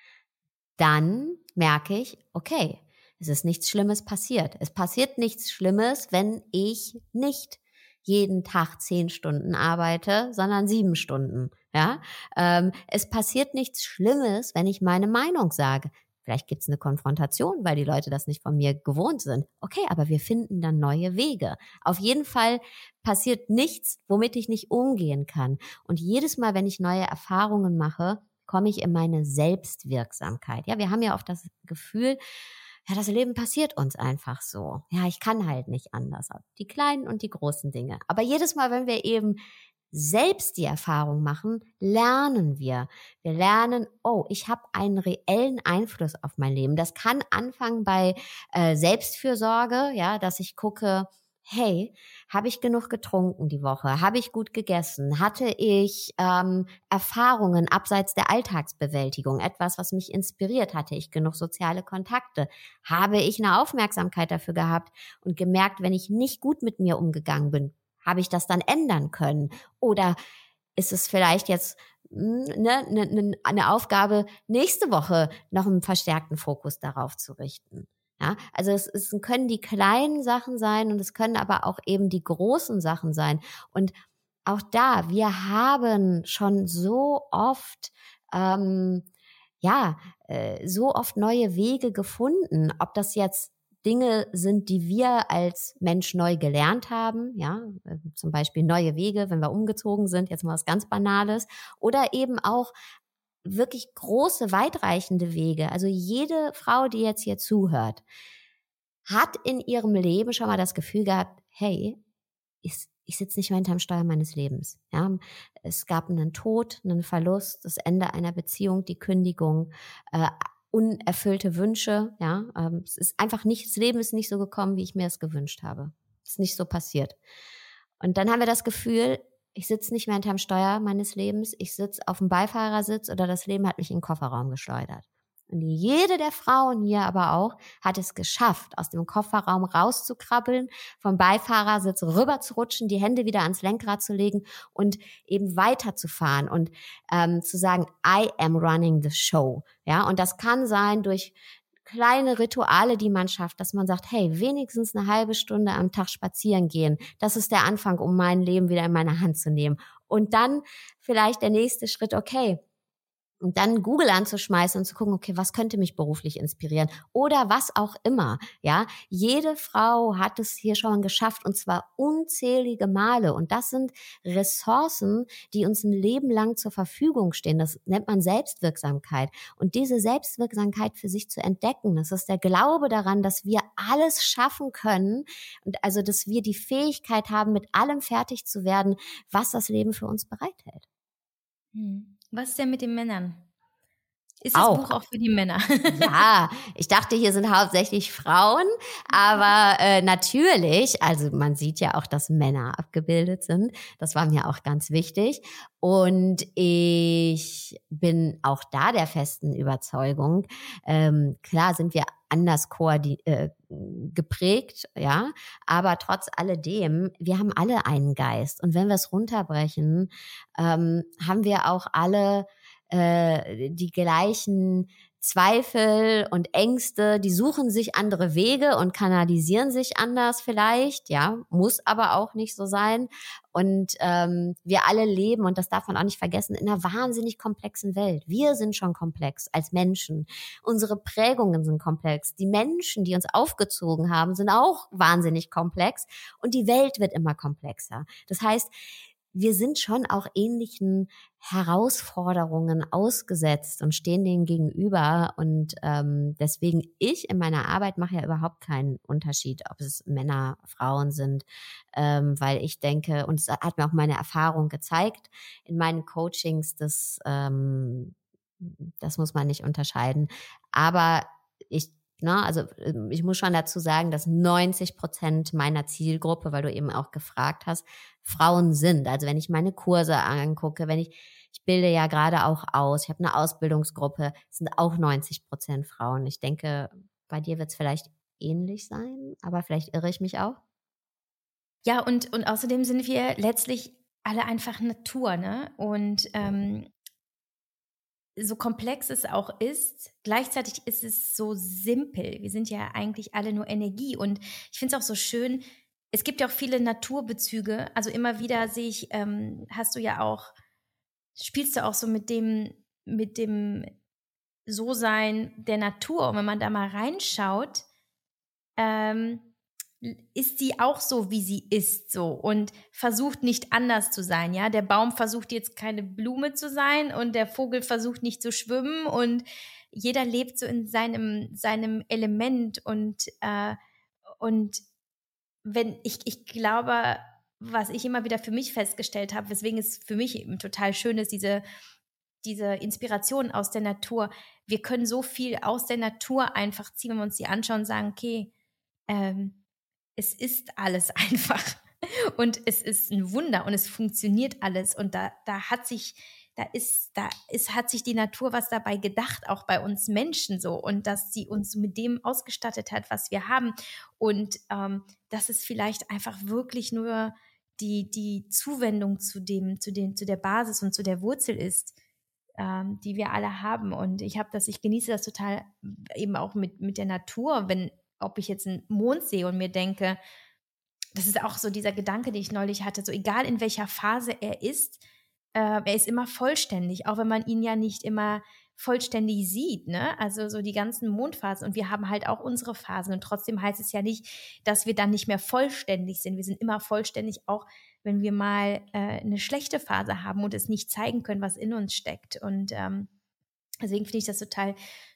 dann merke ich, okay, es ist nichts Schlimmes passiert. Es passiert nichts Schlimmes, wenn ich nicht jeden Tag zehn Stunden arbeite, sondern sieben Stunden. Ja, ähm, es passiert nichts Schlimmes, wenn ich meine Meinung sage. Vielleicht gibt es eine Konfrontation, weil die Leute das nicht von mir gewohnt sind. Okay, aber wir finden dann neue Wege. Auf jeden Fall passiert nichts, womit ich nicht umgehen kann. Und jedes Mal, wenn ich neue Erfahrungen mache, komme ich in meine Selbstwirksamkeit. Ja, wir haben ja oft das Gefühl, ja, das Leben passiert uns einfach so. Ja, ich kann halt nicht anders. Die kleinen und die großen Dinge. Aber jedes Mal, wenn wir eben selbst die Erfahrung machen, lernen wir. Wir lernen, oh, ich habe einen reellen Einfluss auf mein Leben. Das kann anfangen bei äh, Selbstfürsorge, ja, dass ich gucke, hey, habe ich genug getrunken die Woche? Habe ich gut gegessen? Hatte ich ähm, Erfahrungen abseits der Alltagsbewältigung? Etwas, was mich inspiriert? Hatte ich genug soziale Kontakte? Habe ich eine Aufmerksamkeit dafür gehabt und gemerkt, wenn ich nicht gut mit mir umgegangen bin, habe ich das dann ändern können? Oder ist es vielleicht jetzt ne, ne, eine Aufgabe, nächste Woche noch einen verstärkten Fokus darauf zu richten? Ja, also es, es können die kleinen Sachen sein und es können aber auch eben die großen Sachen sein. Und auch da, wir haben schon so oft, ähm, ja, äh, so oft neue Wege gefunden, ob das jetzt Dinge sind, die wir als Mensch neu gelernt haben, ja, zum Beispiel neue Wege, wenn wir umgezogen sind, jetzt mal was ganz Banales, oder eben auch wirklich große, weitreichende Wege. Also jede Frau, die jetzt hier zuhört, hat in ihrem Leben schon mal das Gefühl gehabt, hey, ich, ich sitze nicht mehr hinterm Steuer meines Lebens. Ja, es gab einen Tod, einen Verlust, das Ende einer Beziehung, die Kündigung, äh, unerfüllte Wünsche, ja, ähm, es ist einfach nicht, das Leben ist nicht so gekommen, wie ich mir es gewünscht habe. Es ist nicht so passiert. Und dann haben wir das Gefühl, ich sitze nicht mehr hinterm Steuer meines Lebens, ich sitze auf dem Beifahrersitz oder das Leben hat mich in den Kofferraum geschleudert. Und jede der Frauen hier aber auch hat es geschafft, aus dem Kofferraum rauszukrabbeln, vom Beifahrersitz rüber zu rutschen, die Hände wieder ans Lenkrad zu legen und eben weiterzufahren und ähm, zu sagen, I am running the show. Ja, und das kann sein durch kleine Rituale, die man schafft, dass man sagt, hey, wenigstens eine halbe Stunde am Tag spazieren gehen. Das ist der Anfang, um mein Leben wieder in meine Hand zu nehmen. Und dann vielleicht der nächste Schritt, okay, und dann Google anzuschmeißen und zu gucken, okay, was könnte mich beruflich inspirieren oder was auch immer, ja. Jede Frau hat es hier schon geschafft und zwar unzählige Male und das sind Ressourcen, die uns ein Leben lang zur Verfügung stehen. Das nennt man Selbstwirksamkeit und diese Selbstwirksamkeit für sich zu entdecken, das ist der Glaube daran, dass wir alles schaffen können und also, dass wir die Fähigkeit haben, mit allem fertig zu werden, was das Leben für uns bereithält. Hm. Was ist denn mit den Männern? Ist das auch. Buch auch für die Männer? Ja, ich dachte, hier sind hauptsächlich Frauen, aber äh, natürlich, also man sieht ja auch, dass Männer abgebildet sind. Das war mir auch ganz wichtig. Und ich bin auch da der festen Überzeugung, ähm, klar sind wir anders koordi- äh, geprägt, ja, aber trotz alledem, wir haben alle einen Geist. Und wenn wir es runterbrechen, ähm, haben wir auch alle äh, die gleichen Zweifel und Ängste, die suchen sich andere Wege und kanalisieren sich anders vielleicht, ja, muss aber auch nicht so sein. Und ähm, wir alle leben, und das darf man auch nicht vergessen, in einer wahnsinnig komplexen Welt. Wir sind schon komplex als Menschen. Unsere Prägungen sind komplex. Die Menschen, die uns aufgezogen haben, sind auch wahnsinnig komplex. Und die Welt wird immer komplexer. Das heißt, wir sind schon auch ähnlichen Herausforderungen ausgesetzt und stehen denen gegenüber. Und ähm, deswegen, ich in meiner Arbeit mache ja überhaupt keinen Unterschied, ob es Männer, Frauen sind, ähm, weil ich denke, und es hat mir auch meine Erfahrung gezeigt, in meinen Coachings, das, ähm, das muss man nicht unterscheiden. Aber ich Na, also ich muss schon dazu sagen, dass neunzig Prozent meiner Zielgruppe, weil du eben auch gefragt hast, Frauen sind. Also wenn ich meine Kurse angucke, wenn ich, ich bilde ja gerade auch aus, ich habe eine Ausbildungsgruppe, sind auch neunzig Prozent Frauen. Ich denke, bei dir wird es vielleicht ähnlich sein, aber vielleicht irre ich mich auch. Ja, und, und außerdem sind wir letztlich alle einfach Natur, ne? Und ähm, so komplex es auch ist, gleichzeitig ist es so simpel. Wir sind ja eigentlich alle nur Energie. Und ich finde es auch so schön, es gibt ja auch viele Naturbezüge. Also immer wieder sehe ich, ähm, hast du ja auch, spielst du auch so mit dem, mit dem So-Sein der Natur. Und wenn man da mal reinschaut, ähm, ist sie auch so, wie sie ist, so und versucht nicht anders zu sein, ja. Der Baum versucht jetzt keine Blume zu sein und der Vogel versucht nicht zu schwimmen und jeder lebt so in seinem, seinem Element und, äh, und wenn ich, ich glaube, was ich immer wieder für mich festgestellt habe, weswegen es für mich eben total schön ist, diese, diese Inspiration aus der Natur. Wir können so viel aus der Natur einfach ziehen, wenn wir uns die anschauen und sagen, okay, ähm, es ist alles einfach und es ist ein Wunder und es funktioniert alles und da, da hat sich, da ist, da ist, hat sich die Natur was dabei gedacht, auch bei uns Menschen so und dass sie uns mit dem ausgestattet hat, was wir haben und ähm, dass es vielleicht einfach wirklich nur die, die Zuwendung zu dem, zu dem, zu der Basis und zu der Wurzel ist, ähm, die wir alle haben und ich habe das, ich genieße das total eben auch mit, mit der Natur, wenn ob ich jetzt einen Mond sehe und mir denke, das ist auch so dieser Gedanke, den ich neulich hatte, so egal in welcher Phase er ist, äh, er ist immer vollständig, auch wenn man ihn ja nicht immer vollständig sieht, ne? Also so die ganzen Mondphasen und wir haben halt auch unsere Phasen und trotzdem heißt es ja nicht, dass wir dann nicht mehr vollständig sind. Wir sind immer vollständig, auch wenn wir mal äh, eine schlechte Phase haben und es nicht zeigen können, was in uns steckt und ähm, deswegen finde ich das total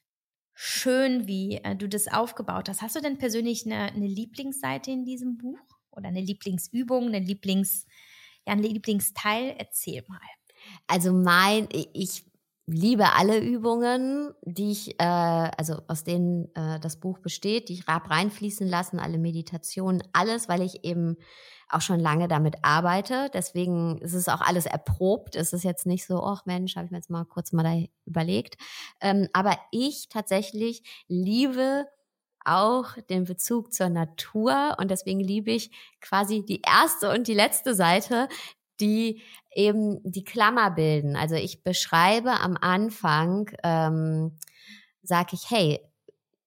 schön, wie äh, du das aufgebaut hast. Hast du denn persönlich eine, eine Lieblingsseite in diesem Buch? Oder eine Lieblingsübung, eine Lieblings, ja, ein Lieblingsteil? Erzähl mal. Also mein, ich liebe alle Übungen, die ich, äh, also aus denen äh, das Buch besteht, die ich habe reinfließen lassen, alle Meditationen, alles, weil ich eben auch schon lange damit arbeite. Deswegen ist es auch alles erprobt. Es ist jetzt nicht so, ach Mensch, habe ich mir jetzt mal kurz mal da überlegt. Ähm, aber ich tatsächlich liebe auch den Bezug zur Natur und deswegen liebe ich quasi die erste und die letzte Seite, die eben die Klammer bilden. Also ich beschreibe am Anfang, ähm, sage ich, hey,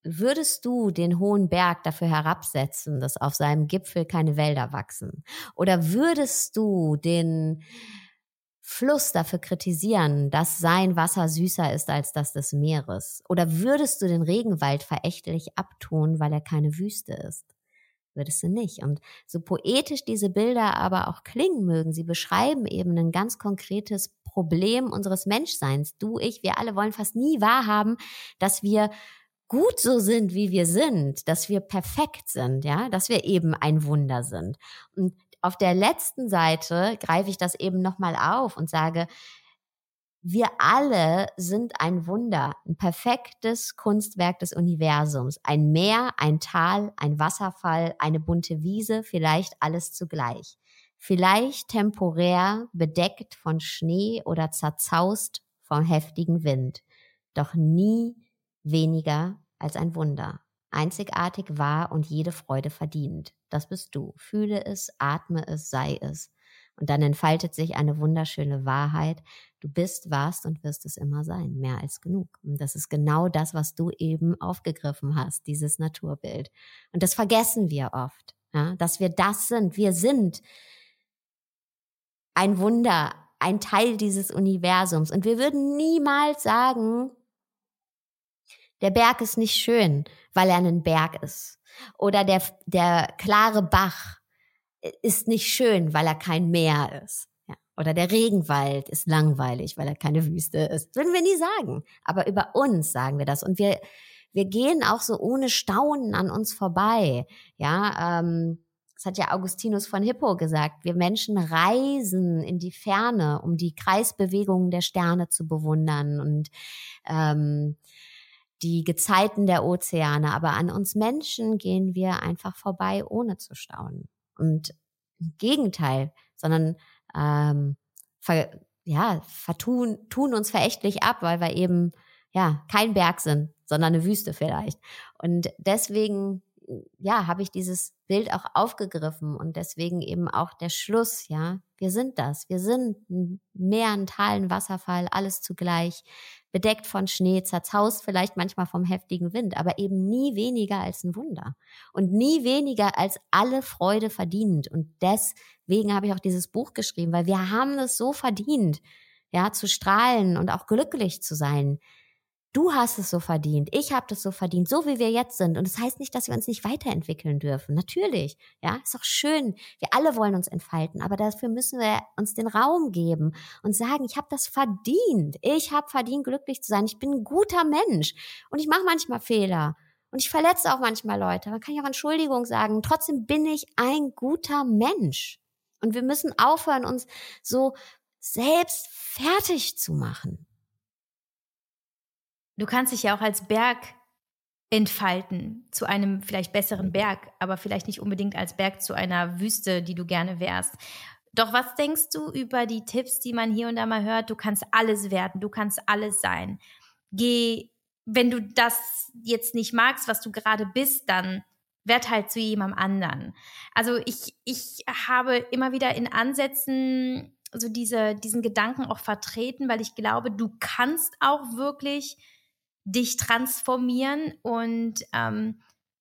würdest du den hohen Berg dafür herabsetzen, dass auf seinem Gipfel keine Wälder wachsen? Oder würdest du den Fluss dafür kritisieren, dass sein Wasser süßer ist als das des Meeres? Oder würdest du den Regenwald verächtlich abtun, weil er keine Wüste ist? Würdest du nicht. Und so poetisch diese Bilder aber auch klingen mögen, sie beschreiben eben ein ganz konkretes Problem unseres Menschseins. Du, ich, wir alle wollen fast nie wahrhaben, dass wir gut so sind, wie wir sind, dass wir perfekt sind, ja, dass wir eben ein Wunder sind. Und auf der letzten Seite greife ich das eben nochmal auf und sage, wir alle sind ein Wunder, ein perfektes Kunstwerk des Universums. Ein Meer, ein Tal, ein Wasserfall, eine bunte Wiese, vielleicht alles zugleich. Vielleicht temporär bedeckt von Schnee oder zerzaust vom heftigen Wind. Doch nie weniger als ein Wunder. Einzigartig wahr und jede Freude verdient. Das bist du. Fühle es, atme es, sei es. Und dann entfaltet sich eine wunderschöne Wahrheit. Du bist, warst und wirst es immer sein. Mehr als genug. Und das ist genau das, was du eben aufgegriffen hast, dieses Naturbild. Und das vergessen wir oft, ja, dass wir das sind. Wir sind ein Wunder, ein Teil dieses Universums. Und wir würden niemals sagen, der Berg ist nicht schön, weil er ein Berg ist. Oder der, der klare Bach ist nicht schön, weil er kein Meer ist. Ja. Oder der Regenwald ist langweilig, weil er keine Wüste ist. Das würden wir nie sagen. Aber über uns sagen wir das. Und wir, wir gehen auch so ohne Staunen an uns vorbei. Ja, ähm, das hat ja Augustinus von Hippo gesagt. Wir Menschen reisen in die Ferne, um die Kreisbewegungen der Sterne zu bewundern und ähm, die Gezeiten der Ozeane. Aber an uns Menschen gehen wir einfach vorbei, ohne zu staunen. Und im Gegenteil, sondern ähm, ver, ja, vertun, tun uns verächtlich ab, weil wir eben ja kein Berg sind, sondern eine Wüste vielleicht. Und deswegen ja, habe ich dieses Bild auch aufgegriffen und deswegen eben auch der Schluss, ja, wir sind das, wir sind ein Meer, ein Tal, ein Wasserfall, alles zugleich, bedeckt von Schnee, zerzaust vielleicht manchmal vom heftigen Wind, aber eben nie weniger als ein Wunder und nie weniger als alle Freude verdient. Und deswegen habe ich auch dieses Buch geschrieben, weil wir haben es so verdient, ja, zu strahlen und auch glücklich zu sein. Du hast es so verdient, ich habe das so verdient, so wie wir jetzt sind. Und das heißt nicht, dass wir uns nicht weiterentwickeln dürfen. Natürlich, ja, ist doch schön. Wir alle wollen uns entfalten, aber dafür müssen wir uns den Raum geben und sagen, ich habe das verdient. Ich habe verdient, glücklich zu sein. Ich bin ein guter Mensch und ich mache manchmal Fehler und ich verletze auch manchmal Leute. Man kann ja auch Entschuldigung sagen. Trotzdem bin ich ein guter Mensch. Und wir müssen aufhören, uns so selbst fertig zu machen. Du kannst dich ja auch als Berg entfalten, zu einem vielleicht besseren Berg, aber vielleicht nicht unbedingt als Berg zu einer Wüste, die du gerne wärst. Doch was denkst du über die Tipps, die man hier und da mal hört? Du kannst alles werden, du kannst alles sein. Geh, wenn du das jetzt nicht magst, was du gerade bist, dann werd halt zu jemandem anderen. Also ich, ich habe immer wieder in Ansätzen so diese, diesen Gedanken auch vertreten, weil ich glaube, du kannst auch wirklich dich transformieren und ähm,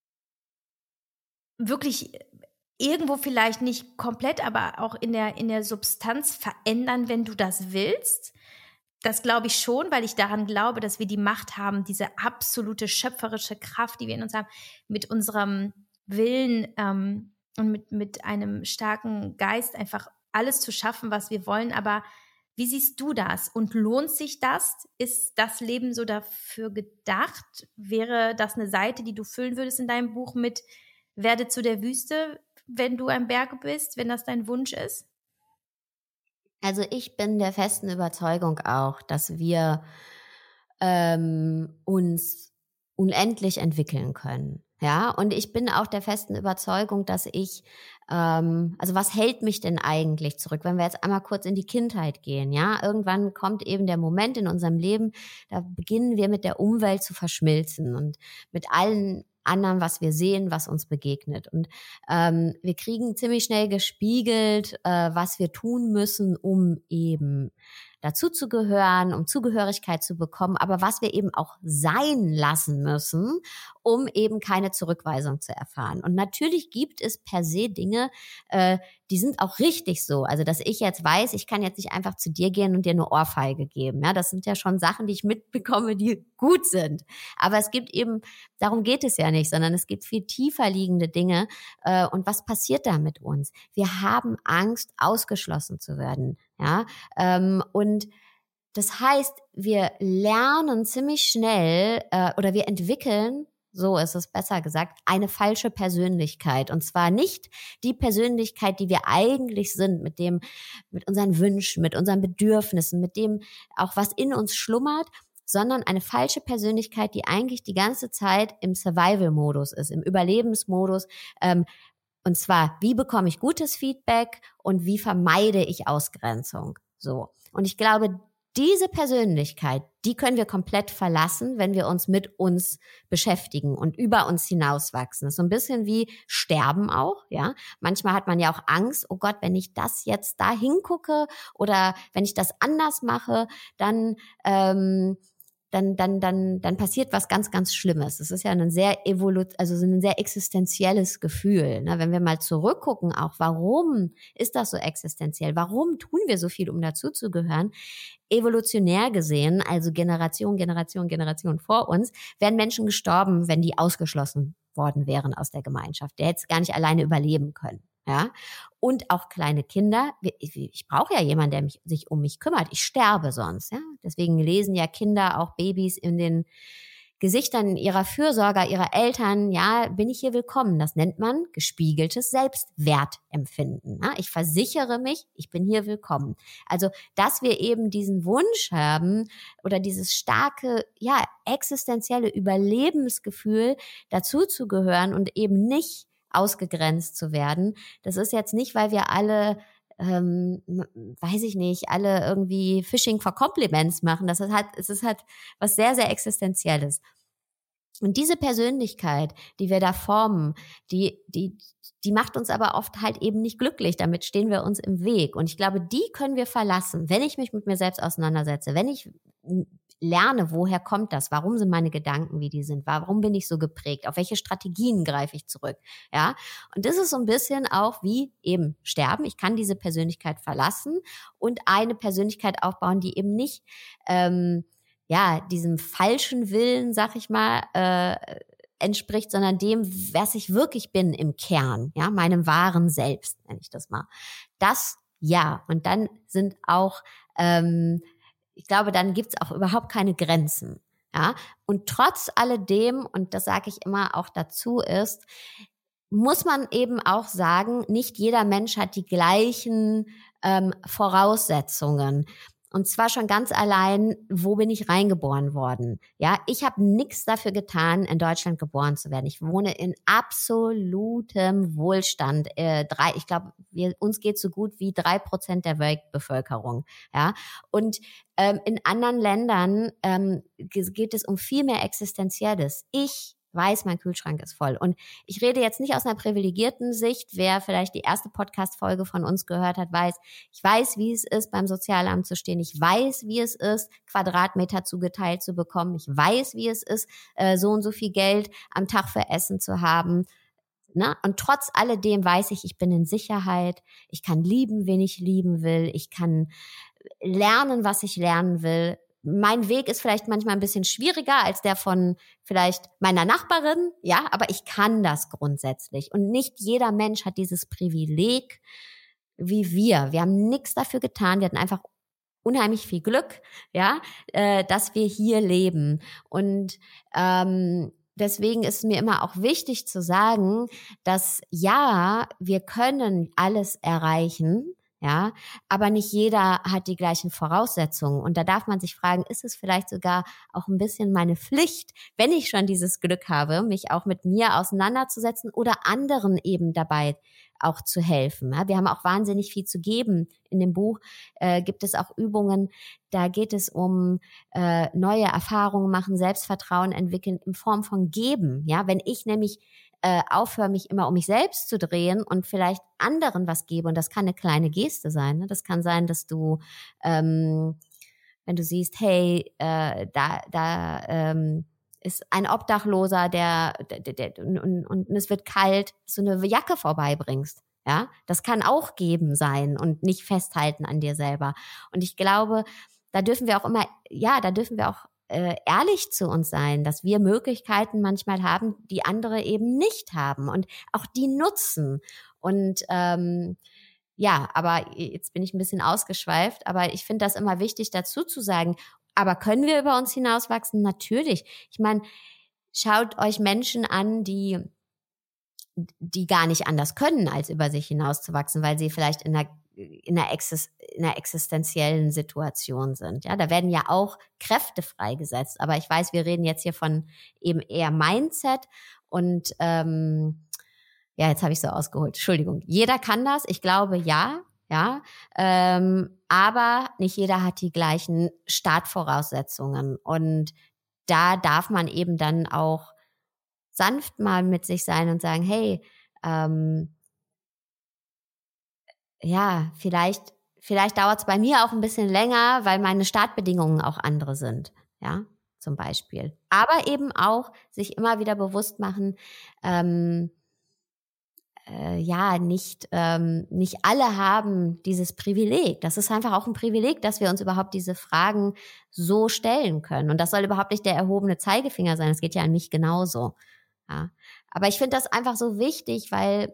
wirklich irgendwo vielleicht nicht komplett, aber auch in der, in der Substanz verändern, wenn du das willst. Das glaube ich schon, weil ich daran glaube, dass wir die Macht haben, diese absolute schöpferische Kraft, die wir in uns haben, mit unserem Willen ähm, und mit, mit einem starken Geist einfach alles zu schaffen, was wir wollen. Aber wie siehst du das? Und lohnt sich das? Ist das Leben so dafür gedacht? Wäre das eine Seite, die du füllen würdest in deinem Buch mit Werde zu der Wüste, wenn du ein Berg bist, wenn das dein Wunsch ist? Also ich bin der festen Überzeugung auch, dass wir ähm, uns unendlich entwickeln können. Ja, und ich bin auch der festen Überzeugung, dass ich, ähm, also was hält mich denn eigentlich zurück, wenn wir jetzt einmal kurz in die Kindheit gehen, ja? Irgendwann kommt eben der Moment in unserem Leben, da beginnen wir mit der Umwelt zu verschmilzen und mit allen anderen, was wir sehen, was uns begegnet. Und ähm, wir kriegen ziemlich schnell gespiegelt, äh, was wir tun müssen, um eben dazuzugehören, um Zugehörigkeit zu bekommen, aber was wir eben auch sein lassen müssen, um eben keine Zurückweisung zu erfahren. Und natürlich gibt es per se Dinge, äh, die sind auch richtig so. Also, dass ich jetzt weiß, ich kann jetzt nicht einfach zu dir gehen und dir eine Ohrfeige geben. Ja, das sind ja schon Sachen, die ich mitbekomme, die gut sind. Aber es gibt eben, darum geht es ja nicht, sondern es gibt viel tiefer liegende Dinge. Äh, und was passiert da mit uns? Wir haben Angst, ausgeschlossen zu werden. Ja, ähm, und das heißt, wir lernen ziemlich schnell äh, oder wir entwickeln, so ist es besser gesagt, eine falsche Persönlichkeit. Und zwar nicht die Persönlichkeit, die wir eigentlich sind, mit dem, mit unseren Wünschen, mit unseren Bedürfnissen, mit dem auch was in uns schlummert, sondern eine falsche Persönlichkeit, die eigentlich die ganze Zeit im Survival-Modus ist, im Überlebensmodus. Ähm, und zwar, wie bekomme ich gutes Feedback und wie vermeide ich Ausgrenzung? So. Und ich glaube, diese Persönlichkeit, die können wir komplett verlassen, wenn wir uns mit uns beschäftigen und über uns hinauswachsen. Das ist so ein bisschen wie Sterben auch, ja. Manchmal hat man ja auch Angst, oh Gott, wenn ich das jetzt da hingucke oder wenn ich das anders mache, dann ähm, dann dann dann dann passiert was ganz ganz Schlimmes. Das ist ja ein sehr evolut also so ein sehr existenzielles Gefühl, ne? Wenn wir mal zurückgucken, auch warum ist das so existenziell? Warum tun wir so viel, um dazuzugehören? Evolutionär gesehen, also Generation, Generation, Generation vor uns, wären Menschen gestorben, wenn die ausgeschlossen worden wären aus der Gemeinschaft. Der hätte es gar nicht alleine überleben können. Ja, und auch kleine Kinder. Ich, ich brauche ja jemanden, der mich, sich um mich kümmert. Ich sterbe sonst. Ja, deswegen lesen ja Kinder auch Babys in den Gesichtern ihrer Fürsorger, ihrer Eltern. Ja, bin ich hier willkommen? Das nennt man gespiegeltes Selbstwertempfinden. Ja, ich versichere mich, ich bin hier willkommen. Also, dass wir eben diesen Wunsch haben oder dieses starke, ja, existenzielle Überlebensgefühl, dazuzugehören und eben nicht ausgegrenzt zu werden. Das ist jetzt nicht, weil wir alle, ähm, weiß ich nicht, alle irgendwie Fishing for Compliments machen. Das ist halt, es ist halt was sehr, sehr Existenzielles. Und diese Persönlichkeit, die wir da formen, die, die, die macht uns aber oft halt eben nicht glücklich. Damit stehen wir uns im Weg. Und ich glaube, die können wir verlassen, wenn ich mich mit mir selbst auseinandersetze, wenn ich lerne, woher kommt das? Warum sind meine Gedanken, wie die sind? Warum bin ich so geprägt? Auf welche Strategien greife ich zurück? Ja, und das ist so ein bisschen auch wie eben sterben. Ich kann diese Persönlichkeit verlassen und eine Persönlichkeit aufbauen, die eben nicht ähm, ja diesem falschen Willen, sag ich mal, äh, entspricht, sondern dem, was ich wirklich bin im Kern, ja, meinem wahren Selbst, nenne ich das mal. Das ja, und dann sind auch ähm, ich glaube, dann gibt's auch überhaupt keine Grenzen. Ja? Und trotz alledem, und das sage ich immer auch dazu, ist, muss man eben auch sagen, nicht jeder Mensch hat die gleichen ähm, Voraussetzungen. Und zwar schon ganz allein, wo bin ich reingeboren worden? Ja, ich habe nichts dafür getan, in Deutschland geboren zu werden. Ich wohne in absolutem Wohlstand. Äh, drei, ich glaube, wir, uns geht so gut wie drei Prozent der Weltbevölkerung. Ja, und ähm, in anderen Ländern ähm, geht es um viel mehr Existenzielles. Ich weiß, mein Kühlschrank ist voll. Und ich rede jetzt nicht aus einer privilegierten Sicht. Wer vielleicht die erste Podcast-Folge von uns gehört hat, weiß, ich weiß, wie es ist, beim Sozialamt zu stehen. Ich weiß, wie es ist, Quadratmeter zugeteilt zu bekommen. Ich weiß, wie es ist, so und so viel Geld am Tag für Essen zu haben. Na? Und trotz alledem weiß ich, ich bin in Sicherheit. Ich kann lieben, wen ich lieben will. Ich kann lernen, was ich lernen will. Mein Weg ist vielleicht manchmal ein bisschen schwieriger als der von vielleicht meiner Nachbarin, ja, aber ich kann das grundsätzlich. Und nicht jeder Mensch hat dieses Privileg wie wir. Wir haben nichts dafür getan. Wir hatten einfach unheimlich viel Glück, ja, äh, dass wir hier leben. Und ähm, deswegen ist es mir immer auch wichtig zu sagen, dass ja, wir können alles erreichen, ja, aber nicht jeder hat die gleichen Voraussetzungen. Und da darf man sich fragen, ist es vielleicht sogar auch ein bisschen meine Pflicht, wenn ich schon dieses Glück habe, mich auch mit mir auseinanderzusetzen oder anderen eben dabei auch zu helfen. Ja, wir haben auch wahnsinnig viel zu geben. In dem Buch äh, gibt es auch Übungen, da geht es um äh, neue Erfahrungen machen, Selbstvertrauen entwickeln in Form von Geben. Ja, wenn ich nämlich äh, aufhöre, mich immer um mich selbst zu drehen und vielleicht anderen was gebe, und das kann eine kleine Geste sein. Ne? Das kann sein, dass du ähm, wenn du siehst, hey, äh, da, da ähm, ist ein Obdachloser, der, der, der, der und, und es wird kalt, dass du eine Jacke vorbeibringst. Ja, das kann auch geben sein und nicht festhalten an dir selber. Und ich glaube, da dürfen wir auch immer, ja, da dürfen wir auch äh, ehrlich zu uns sein, dass wir Möglichkeiten manchmal haben, die andere eben nicht haben und auch die nutzen. Und ähm, ja, aber jetzt bin ich ein bisschen ausgeschweift, aber ich finde das immer wichtig dazu zu sagen, aber können wir über uns hinauswachsen? Natürlich. Ich meine, schaut euch Menschen an, die die gar nicht anders können, als über sich hinauszuwachsen, weil sie vielleicht in einer in einer, Exist, in einer existenziellen Situation sind. Ja, da werden ja auch Kräfte freigesetzt. Aber ich weiß, wir reden jetzt hier von eben eher Mindset und ähm, ja, jetzt habe ich so ausgeholt. Entschuldigung. Jeder kann das. Ich glaube, ja. Ja, ähm, aber nicht jeder hat die gleichen Startvoraussetzungen. Und da darf man eben dann auch sanft mal mit sich sein und sagen, hey, ähm, ja, vielleicht, vielleicht dauert es bei mir auch ein bisschen länger, weil meine Startbedingungen auch andere sind, ja, zum Beispiel. Aber eben auch sich immer wieder bewusst machen, ähm, äh, ja, nicht, ähm, nicht alle haben dieses Privileg. Das ist einfach auch ein Privileg, dass wir uns überhaupt diese Fragen so stellen können. Und das soll überhaupt nicht der erhobene Zeigefinger sein. Das geht ja an mich genauso. Ja. Aber ich finde das einfach so wichtig, weil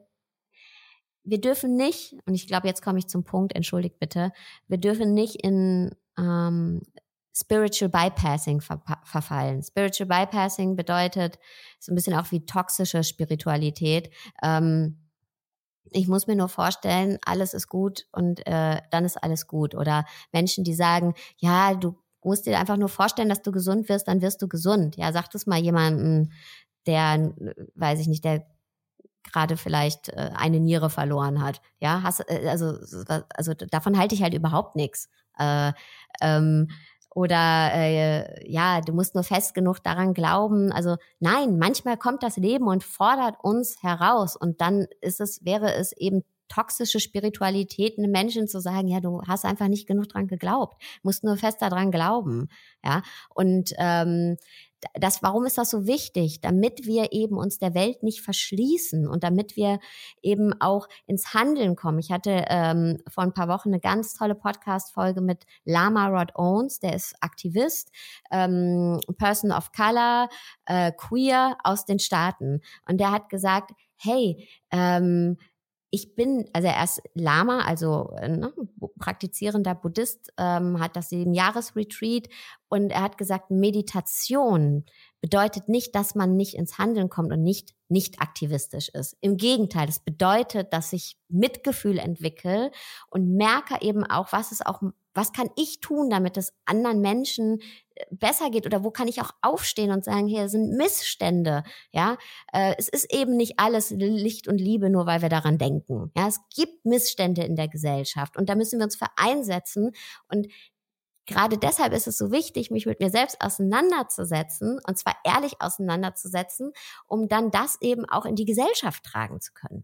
wir dürfen nicht, und ich glaube, jetzt komme ich zum Punkt, entschuldigt bitte, wir dürfen nicht in ähm, Spiritual Bypassing ver- verfallen. Spiritual Bypassing bedeutet so ein bisschen auch wie toxische Spiritualität. Ähm, ich muss mir nur vorstellen, alles ist gut und äh, dann ist alles gut. Oder Menschen, die sagen, ja, du musst dir einfach nur vorstellen, dass du gesund wirst, dann wirst du gesund. Ja, sag das mal jemandem, der, weiß ich nicht, der gerade vielleicht äh, eine Niere verloren hat. Ja, hast, äh, also, also davon halte ich halt überhaupt nichts. Äh, ähm, oder äh, ja, du musst nur fest genug daran glauben. Also nein, manchmal kommt das Leben und fordert uns heraus und dann ist es, wäre es eben toxische Spiritualität, einem Menschen zu sagen, ja, du hast einfach nicht genug dran geglaubt, musst nur fest daran glauben, ja. Und ähm, das, warum ist das so wichtig? Damit wir eben uns der Welt nicht verschließen und damit wir eben auch ins Handeln kommen. Ich hatte ähm, vor ein paar Wochen eine ganz tolle Podcast-Folge mit Lama Rod Owens, der ist Aktivist, ähm, Person of Color, äh, queer aus den Staaten. Und der hat gesagt, hey, ähm, ich bin, also er ist Lama, also ne, praktizierender Buddhist, ähm, hat das im Jahresretreat und er hat gesagt, Meditation bedeutet nicht, dass man nicht ins Handeln kommt und nicht nicht aktivistisch ist. Im Gegenteil, das bedeutet, dass ich Mitgefühl entwickle und merke eben auch, was ist auch, was kann ich tun, damit es anderen Menschen besser geht oder wo kann ich auch aufstehen und sagen, hier sind Missstände, ja, äh, es ist eben nicht alles Licht und Liebe, nur weil wir daran denken, ja, es gibt Missstände in der Gesellschaft und da müssen wir uns für einsetzen und gerade deshalb ist es so wichtig, mich mit mir selbst auseinanderzusetzen und zwar ehrlich auseinanderzusetzen, um dann das eben auch in die Gesellschaft tragen zu können.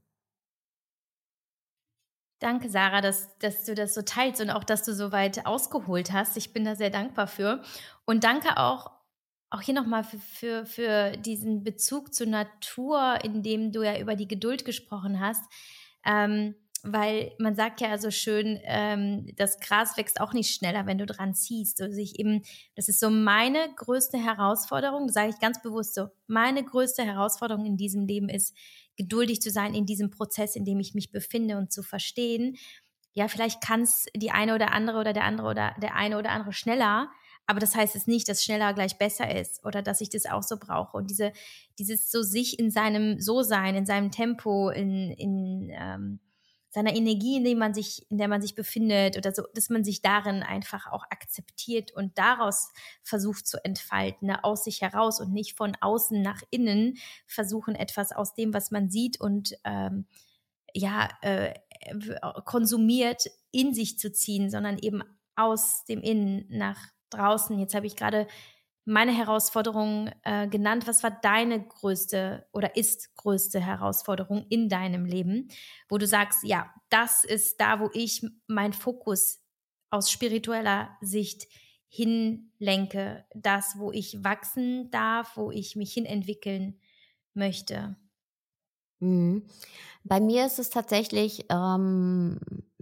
Danke, Sarah, dass, dass du das so teilst und auch, dass du so weit ausgeholt hast. Ich bin da sehr dankbar für. Und danke auch, auch hier nochmal für, für, für diesen Bezug zur Natur, in dem du ja über die Geduld gesprochen hast. Ähm, weil man sagt ja so schön, ähm, das Gras wächst auch nicht schneller, wenn du dran ziehst. Also ich eben, das ist so meine größte Herausforderung, das sage ich ganz bewusst so, meine größte Herausforderung in diesem Leben ist, geduldig zu sein in diesem Prozess, in dem ich mich befinde und zu verstehen, ja, vielleicht kann es die eine oder andere oder der andere oder der eine oder andere schneller, aber das heißt es nicht, dass schneller gleich besser ist oder dass ich das auch so brauche. Und diese, dieses so sich in seinem So-Sein, in seinem Tempo, in, in ähm, seiner Energie, in der man sich, in der man sich befindet oder so, dass man sich darin einfach auch akzeptiert und daraus versucht zu entfalten, ne, aus sich heraus und nicht von außen nach innen versuchen, etwas aus dem, was man sieht und ähm, ja, äh, konsumiert, in sich zu ziehen, sondern eben aus dem Innen nach draußen. Jetzt habe ich gerade meine Herausforderung äh, genannt. Was war deine größte oder ist größte Herausforderung in deinem Leben, wo du sagst, ja, das ist da, wo ich meinen Fokus aus spiritueller Sicht hinlenke, das, wo ich wachsen darf, wo ich mich hinentwickeln möchte. Mhm. Bei mir ist es tatsächlich, ähm,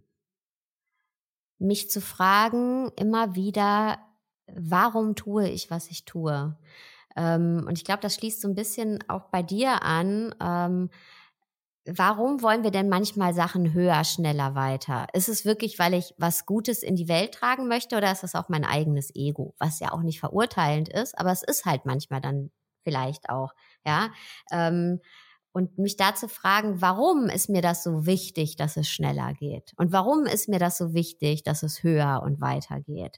mich zu fragen, immer wieder, warum tue ich, was ich tue? Ähm, und ich glaube, das schließt so ein bisschen auch bei dir an. Ähm, warum wollen wir denn manchmal Sachen höher, schneller, weiter? Ist es wirklich, weil ich was Gutes in die Welt tragen möchte, oder ist es auch mein eigenes Ego, was ja auch nicht verurteilend ist, aber es ist halt manchmal dann vielleicht auch, ja. Ähm, und mich da zu fragen, warum ist mir das so wichtig, dass es schneller geht? Und warum ist mir das so wichtig, dass es höher und weiter geht?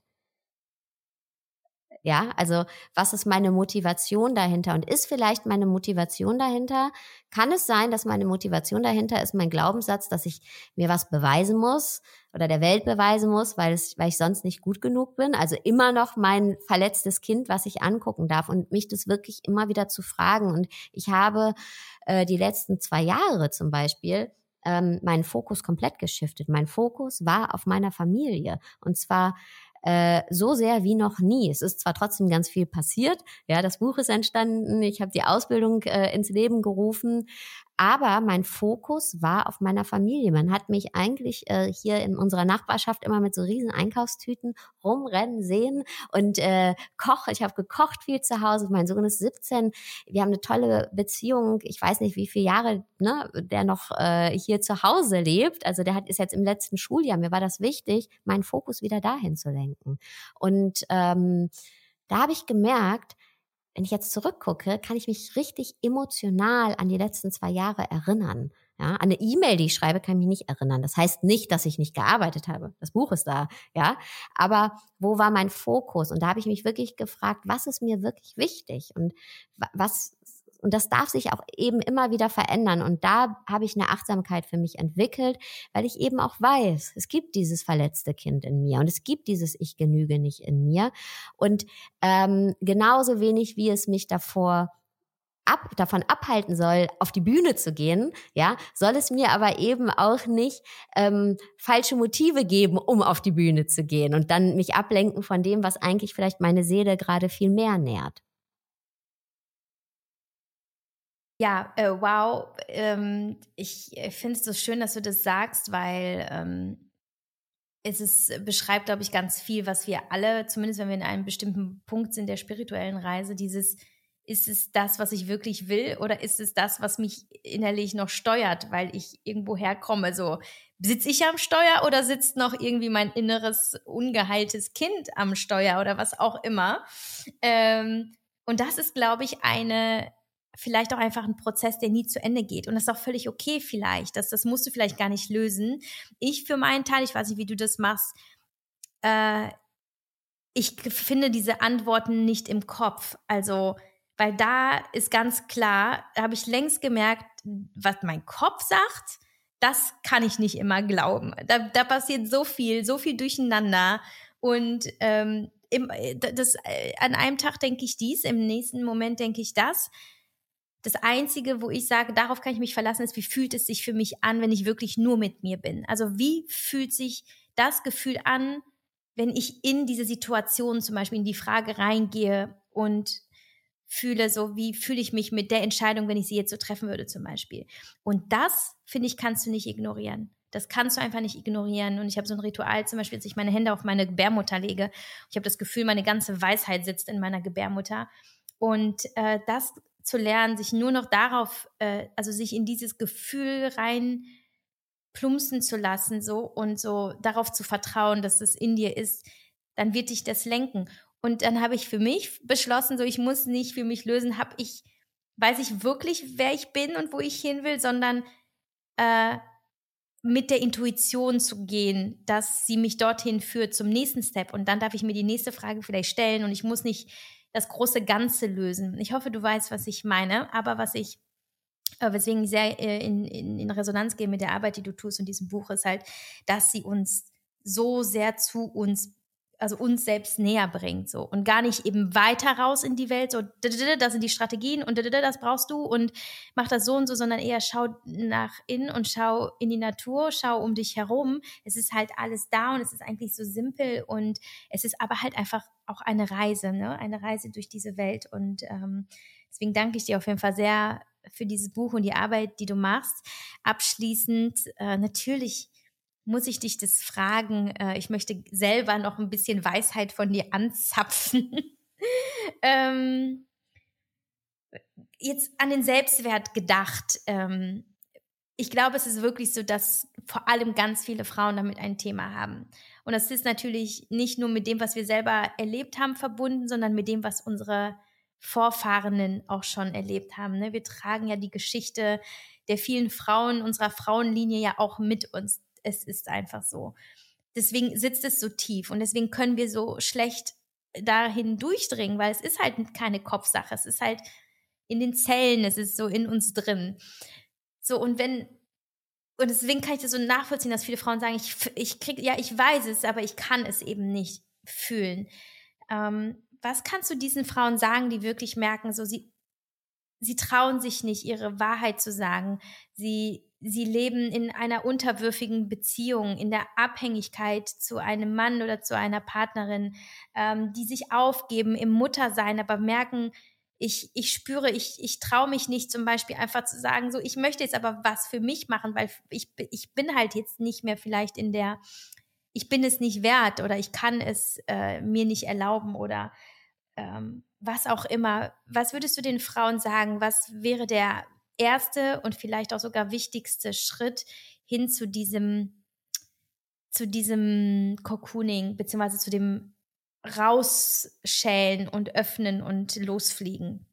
Ja, also was ist meine Motivation dahinter? Und ist vielleicht meine Motivation dahinter, kann es sein, dass meine Motivation dahinter ist mein Glaubenssatz, dass ich mir was beweisen muss oder der Welt beweisen muss, weil es, weil ich sonst nicht gut genug bin? Also immer noch mein verletztes Kind, was ich angucken darf, und mich das wirklich immer wieder zu fragen. Und ich habe äh, die letzten zwei Jahre zum Beispiel ähm, meinen Fokus komplett geschiftet. Mein Fokus war auf meiner Familie, und zwar äh, so sehr wie noch nie. Es ist zwar trotzdem ganz viel passiert, ja, das Buch ist entstanden, ich habe die Ausbildung äh, ins Leben gerufen, aber mein Fokus war auf meiner Familie. Man hat mich eigentlich äh, hier in unserer Nachbarschaft immer mit so riesen Einkaufstüten rumrennen sehen und äh, koche. Ich habe gekocht viel zu Hause. Mein Sohn ist siebzehn. Wir haben eine tolle Beziehung. Ich weiß nicht, wie viele Jahre ne, der noch äh, hier zu Hause lebt. Also der hat ist jetzt im letzten Schuljahr. Mir war das wichtig, meinen Fokus wieder dahin zu lenken. Und ähm, da habe ich gemerkt, wenn ich jetzt zurückgucke, kann ich mich richtig emotional an die letzten zwei Jahre erinnern. Ja, an eine E-Mail, die ich schreibe, kann ich mich nicht erinnern. Das heißt nicht, dass ich nicht gearbeitet habe. Das Buch ist da, ja. Aber wo war mein Fokus? Und da habe ich mich wirklich gefragt, was ist mir wirklich wichtig? Und was, und das darf sich auch eben immer wieder verändern. Und da habe ich eine Achtsamkeit für mich entwickelt, weil ich eben auch weiß, es gibt dieses verletzte Kind in mir und es gibt dieses Ich genüge nicht in mir. Und ähm, genauso wenig, wie es mich davor ab, davon abhalten soll, auf die Bühne zu gehen, ja, soll es mir aber eben auch nicht ähm, falsche Motive geben, um auf die Bühne zu gehen und dann mich ablenken von dem, was eigentlich vielleicht meine Seele gerade viel mehr nährt. Ja, äh, wow. Ähm, ich finde es so schön, dass du das sagst, weil ähm, es ist, beschreibt, glaube ich, ganz viel, was wir alle, zumindest wenn wir in einem bestimmten Punkt sind der spirituellen Reise, dieses, ist es das, was ich wirklich will, oder ist es das, was mich innerlich noch steuert, weil ich irgendwo herkomme? So, sitze ich am Steuer oder sitzt noch irgendwie mein inneres, ungeheiltes Kind am Steuer oder was auch immer? Ähm, und das ist, glaube ich, eine vielleicht auch einfach ein Prozess, der nie zu Ende geht. Und das ist auch völlig okay vielleicht. Das, das musst du vielleicht gar nicht lösen. Ich für meinen Teil, ich weiß nicht, wie du das machst, äh, ich finde diese Antworten nicht im Kopf. Also, weil da ist ganz klar, da habe ich längst gemerkt, was mein Kopf sagt, das kann ich nicht immer glauben. Da, da passiert so viel, so viel durcheinander. Und ähm, im, das, an einem Tag denke ich dies, im nächsten Moment denke ich das. Das Einzige, wo ich sage, darauf kann ich mich verlassen, ist, wie fühlt es sich für mich an, wenn ich wirklich nur mit mir bin? Also wie fühlt sich das Gefühl an, wenn ich in diese Situation zum Beispiel in die Frage reingehe und fühle so, wie fühle ich mich mit der Entscheidung, wenn ich sie jetzt so treffen würde zum Beispiel. Und das, finde ich, kannst du nicht ignorieren. Das kannst du einfach nicht ignorieren. Und ich habe so ein Ritual zum Beispiel, dass ich meine Hände auf meine Gebärmutter lege. Ich habe das Gefühl, meine ganze Weisheit sitzt in meiner Gebärmutter. Und äh, das zu lernen, sich nur noch darauf, äh, also sich in dieses Gefühl rein plumpsen zu lassen so und so darauf zu vertrauen, dass es in dir ist, dann wird dich das lenken. Und dann habe ich für mich beschlossen, so ich muss nicht für mich lösen, habe ich, weiß ich wirklich, wer ich bin und wo ich hin will, sondern äh, mit der Intuition zu gehen, dass sie mich dorthin führt zum nächsten Step. Und dann darf ich mir die nächste Frage vielleicht stellen und ich muss nicht das große Ganze lösen. Ich hoffe, du weißt, was ich meine, aber was ich weswegen ich sehr in, in, in Resonanz gehe mit der Arbeit, die du tust in diesem Buch, ist halt, dass sie uns so sehr zu uns also uns selbst näher bringt, so. Und gar nicht eben weiter raus in die Welt, so, das sind die Strategien und das brauchst du und mach das so und so, sondern eher schau nach innen und schau in die Natur, schau um dich herum. Es ist halt alles da und es ist eigentlich so simpel und es ist aber halt einfach auch eine Reise, ne? Eine Reise durch diese Welt und ähm, deswegen danke ich dir auf jeden Fall sehr für dieses Buch und die Arbeit, die du machst. Abschließend, äh, natürlich muss ich dich das fragen. Äh, ich möchte selber noch ein bisschen Weisheit von dir anzapfen. ähm, jetzt an den Selbstwert gedacht. Ähm, ich glaube, es ist wirklich so, dass vor allem ganz viele Frauen damit ein Thema haben. Und das ist natürlich nicht nur mit dem, was wir selber erlebt haben, verbunden, sondern mit dem, was unsere Vorfahrenen auch schon erlebt haben. Ne? Wir tragen ja die Geschichte der vielen Frauen unserer Frauenlinie ja auch mit uns. Es ist einfach so. Deswegen sitzt es so tief und deswegen können wir so schlecht dahin durchdringen, weil es ist halt keine Kopfsache. Es ist halt in den Zellen, es ist so in uns drin. So, und wenn, und deswegen kann ich das so nachvollziehen, dass viele Frauen sagen, ich, ich krieg, ja, ich weiß es, aber ich kann es eben nicht fühlen. Ähm, was kannst du diesen Frauen sagen, die wirklich merken, so sie, sie trauen sich nicht, ihre Wahrheit zu sagen. Sie, sie leben in einer unterwürfigen Beziehung, in der Abhängigkeit zu einem Mann oder zu einer Partnerin, ähm, die sich aufgeben im Muttersein, aber merken, ich, ich spüre, ich, ich traue mich nicht zum Beispiel einfach zu sagen, so, ich möchte jetzt aber was für mich machen, weil ich, ich bin halt jetzt nicht mehr vielleicht in der, ich bin es nicht wert oder ich kann es äh, mir nicht erlauben oder ähm, was auch immer. Was würdest du den Frauen sagen? Was wäre der erste und vielleicht auch sogar wichtigste Schritt hin zu diesem, zu diesem Cocooning, beziehungsweise zu dem Rausschälen und Öffnen und Losfliegen?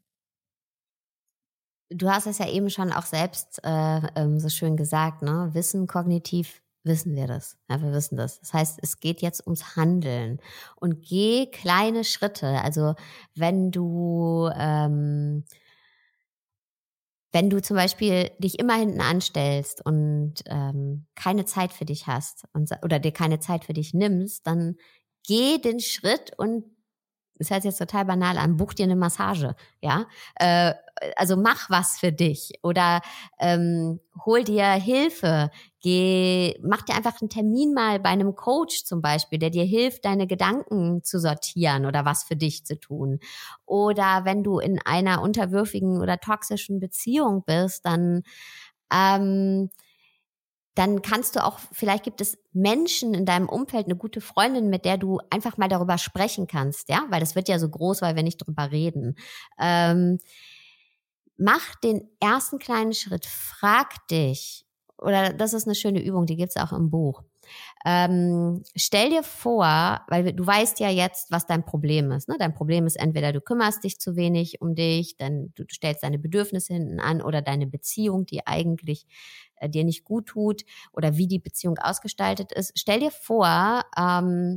Du hast es ja eben schon auch selbst äh, ähm, so schön gesagt, ne? Wissen, kognitiv wissen wir das. Ja, wir wissen das. Das heißt, es geht jetzt ums Handeln. Und geh kleine Schritte. Also wenn du ähm, wenn du zum Beispiel dich immer hinten anstellst und ähm, keine Zeit für dich hast und, oder dir keine Zeit für dich nimmst, dann geh den Schritt und, das hört sich jetzt total banal an, buch dir eine Massage, ja, äh, also mach was für dich oder ähm, hol dir Hilfe, geh, mach dir einfach einen Termin mal bei einem Coach zum Beispiel, der dir hilft, deine Gedanken zu sortieren oder was für dich zu tun. Oder wenn du in einer unterwürfigen oder toxischen Beziehung bist, dann ähm, dann kannst du auch, vielleicht gibt es Menschen in deinem Umfeld, eine gute Freundin, mit der du einfach mal darüber sprechen kannst, ja, weil das wird ja so groß, weil wir nicht drüber reden. Ähm, mach den ersten kleinen Schritt, frag dich, oder das ist eine schöne Übung, die gibt's auch im Buch. Ähm, stell dir vor, weil du weißt ja jetzt, was dein Problem ist. Ne? Dein Problem ist entweder du kümmerst dich zu wenig um dich, dann du stellst deine Bedürfnisse hinten an oder deine Beziehung, die eigentlich äh, dir nicht gut tut oder wie die Beziehung ausgestaltet ist. Stell dir vor, ähm,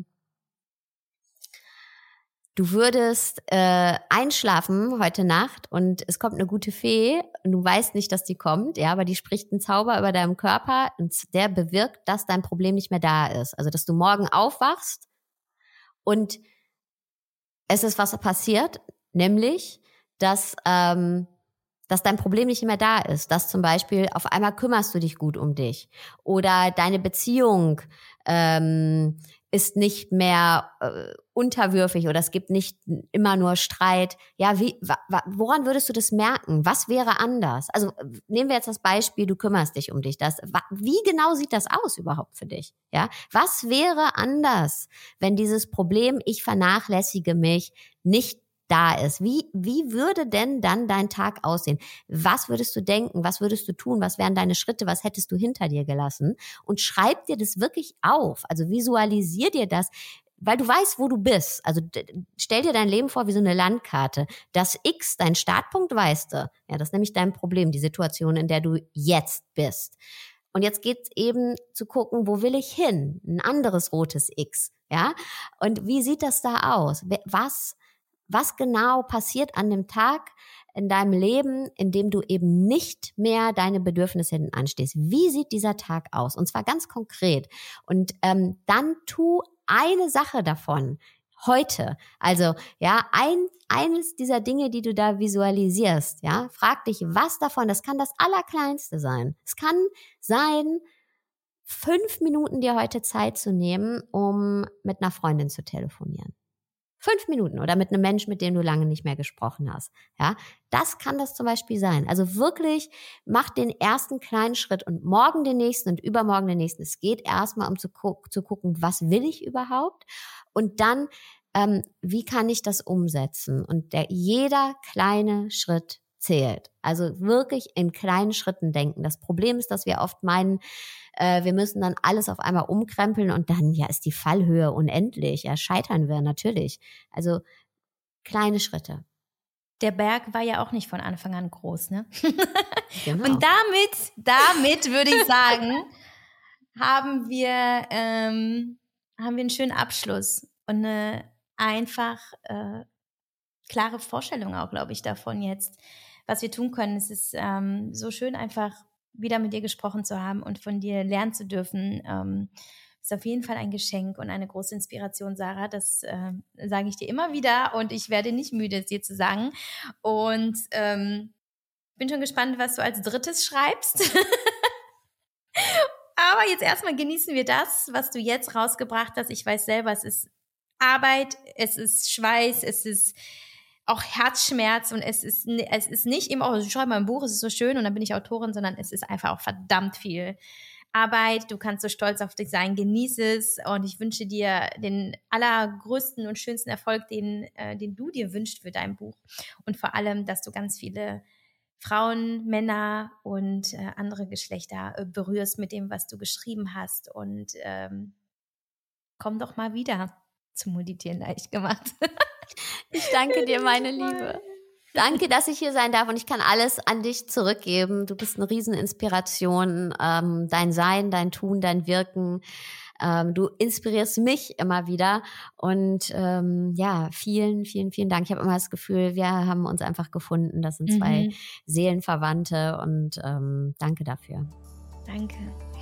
du würdest äh, einschlafen heute Nacht und es kommt eine gute Fee und du weißt nicht, dass die kommt, ja, aber die spricht einen Zauber über deinem Körper und der bewirkt, dass dein Problem nicht mehr da ist. Also, dass du morgen aufwachst und es ist was passiert, nämlich, dass ähm, dass dein Problem nicht mehr da ist, dass zum Beispiel auf einmal kümmerst du dich gut um dich oder deine Beziehung ähm, ist nicht mehr äh, unterwürfig oder es gibt nicht immer nur Streit. Ja, wie, wa, woran würdest du das merken? Was wäre anders? Also nehmen wir jetzt das Beispiel, du kümmerst dich um dich. Das, wie genau sieht das aus überhaupt für dich? Ja, was wäre anders, wenn dieses Problem, ich vernachlässige mich, nicht da ist? Wie, wie würde denn dann dein Tag aussehen? Was würdest du denken? Was würdest du tun? Was wären deine Schritte? Was hättest du hinter dir gelassen? Und schreib dir das wirklich auf. Also visualisier dir das, weil du weißt, wo du bist. Also stell dir dein Leben vor wie so eine Landkarte. Das X, dein Startpunkt, weißt du. Ja, das ist nämlich dein Problem, die Situation, in der du jetzt bist. Und jetzt geht's eben zu gucken, wo will ich hin? Ein anderes rotes X, ja? Und wie sieht das da aus? Was Was genau passiert an dem Tag in deinem Leben, in dem du eben nicht mehr deine Bedürfnisse hinten anstehst? Wie sieht dieser Tag aus? Und zwar ganz konkret. Und ähm, dann tu eine Sache davon heute, also ja, ein, eines dieser Dinge, die du da visualisierst, ja, frag dich, was davon, das kann das Allerkleinste sein. Es kann sein, fünf Minuten dir heute Zeit zu nehmen, um mit einer Freundin zu telefonieren. Fünf Minuten oder mit einem Menschen, mit dem du lange nicht mehr gesprochen hast. Ja, das kann das zum Beispiel sein. Also wirklich, mach den ersten kleinen Schritt und morgen den nächsten und übermorgen den nächsten. Es geht erstmal um zu, gu- zu gucken, was will ich überhaupt? Und dann, ähm, wie kann ich das umsetzen? Und der, jeder kleine Schritt zählt. Also wirklich in kleinen Schritten denken. Das Problem ist, dass wir oft meinen, äh, wir müssen dann alles auf einmal umkrempeln und dann, ja, ist die Fallhöhe unendlich. Ja, scheitern wir natürlich. Also kleine Schritte. Der Berg war ja auch nicht von Anfang an groß, ne? Genau. Und damit, damit würde ich sagen, haben wir, ähm, haben wir einen schönen Abschluss und eine einfach äh, klare Vorstellung auch, glaube ich, davon jetzt, was wir tun können. Es ist ähm, so schön, einfach wieder mit dir gesprochen zu haben und von dir lernen zu dürfen. Ähm, ist auf jeden Fall ein Geschenk und eine große Inspiration, Sarah. Das äh, sage ich dir immer wieder und ich werde nicht müde, es dir zu sagen. Und ähm, bin schon gespannt, was du als drittes schreibst. Aber jetzt erstmal genießen wir das, was du jetzt rausgebracht hast. Ich weiß selber, es ist Arbeit, es ist Schweiß, es ist auch Herzschmerz und es ist, es ist nicht eben auch, ich schreibe mal ein Buch, es ist so schön und dann bin ich Autorin, sondern es ist einfach auch verdammt viel Arbeit. Du kannst so stolz auf dich sein, genieße es und ich wünsche dir den allergrößten und schönsten Erfolg, den, äh, den du dir wünschst für dein Buch und vor allem, dass du ganz viele Frauen, Männer und äh, andere Geschlechter äh, berührst mit dem, was du geschrieben hast und ähm, komm doch mal wieder zum Meditieren leicht gemacht. Ich danke dir, meine Liebe. Danke, dass ich hier sein darf und ich kann alles an dich zurückgeben. Du bist eine Rieseninspiration, ähm, dein Sein, dein Tun, dein Wirken. Ähm, du inspirierst mich immer wieder und ähm, ja, vielen, vielen, vielen Dank. Ich habe immer das Gefühl, wir haben uns einfach gefunden. Das sind zwei Mhm. Seelenverwandte und ähm, danke dafür. Danke.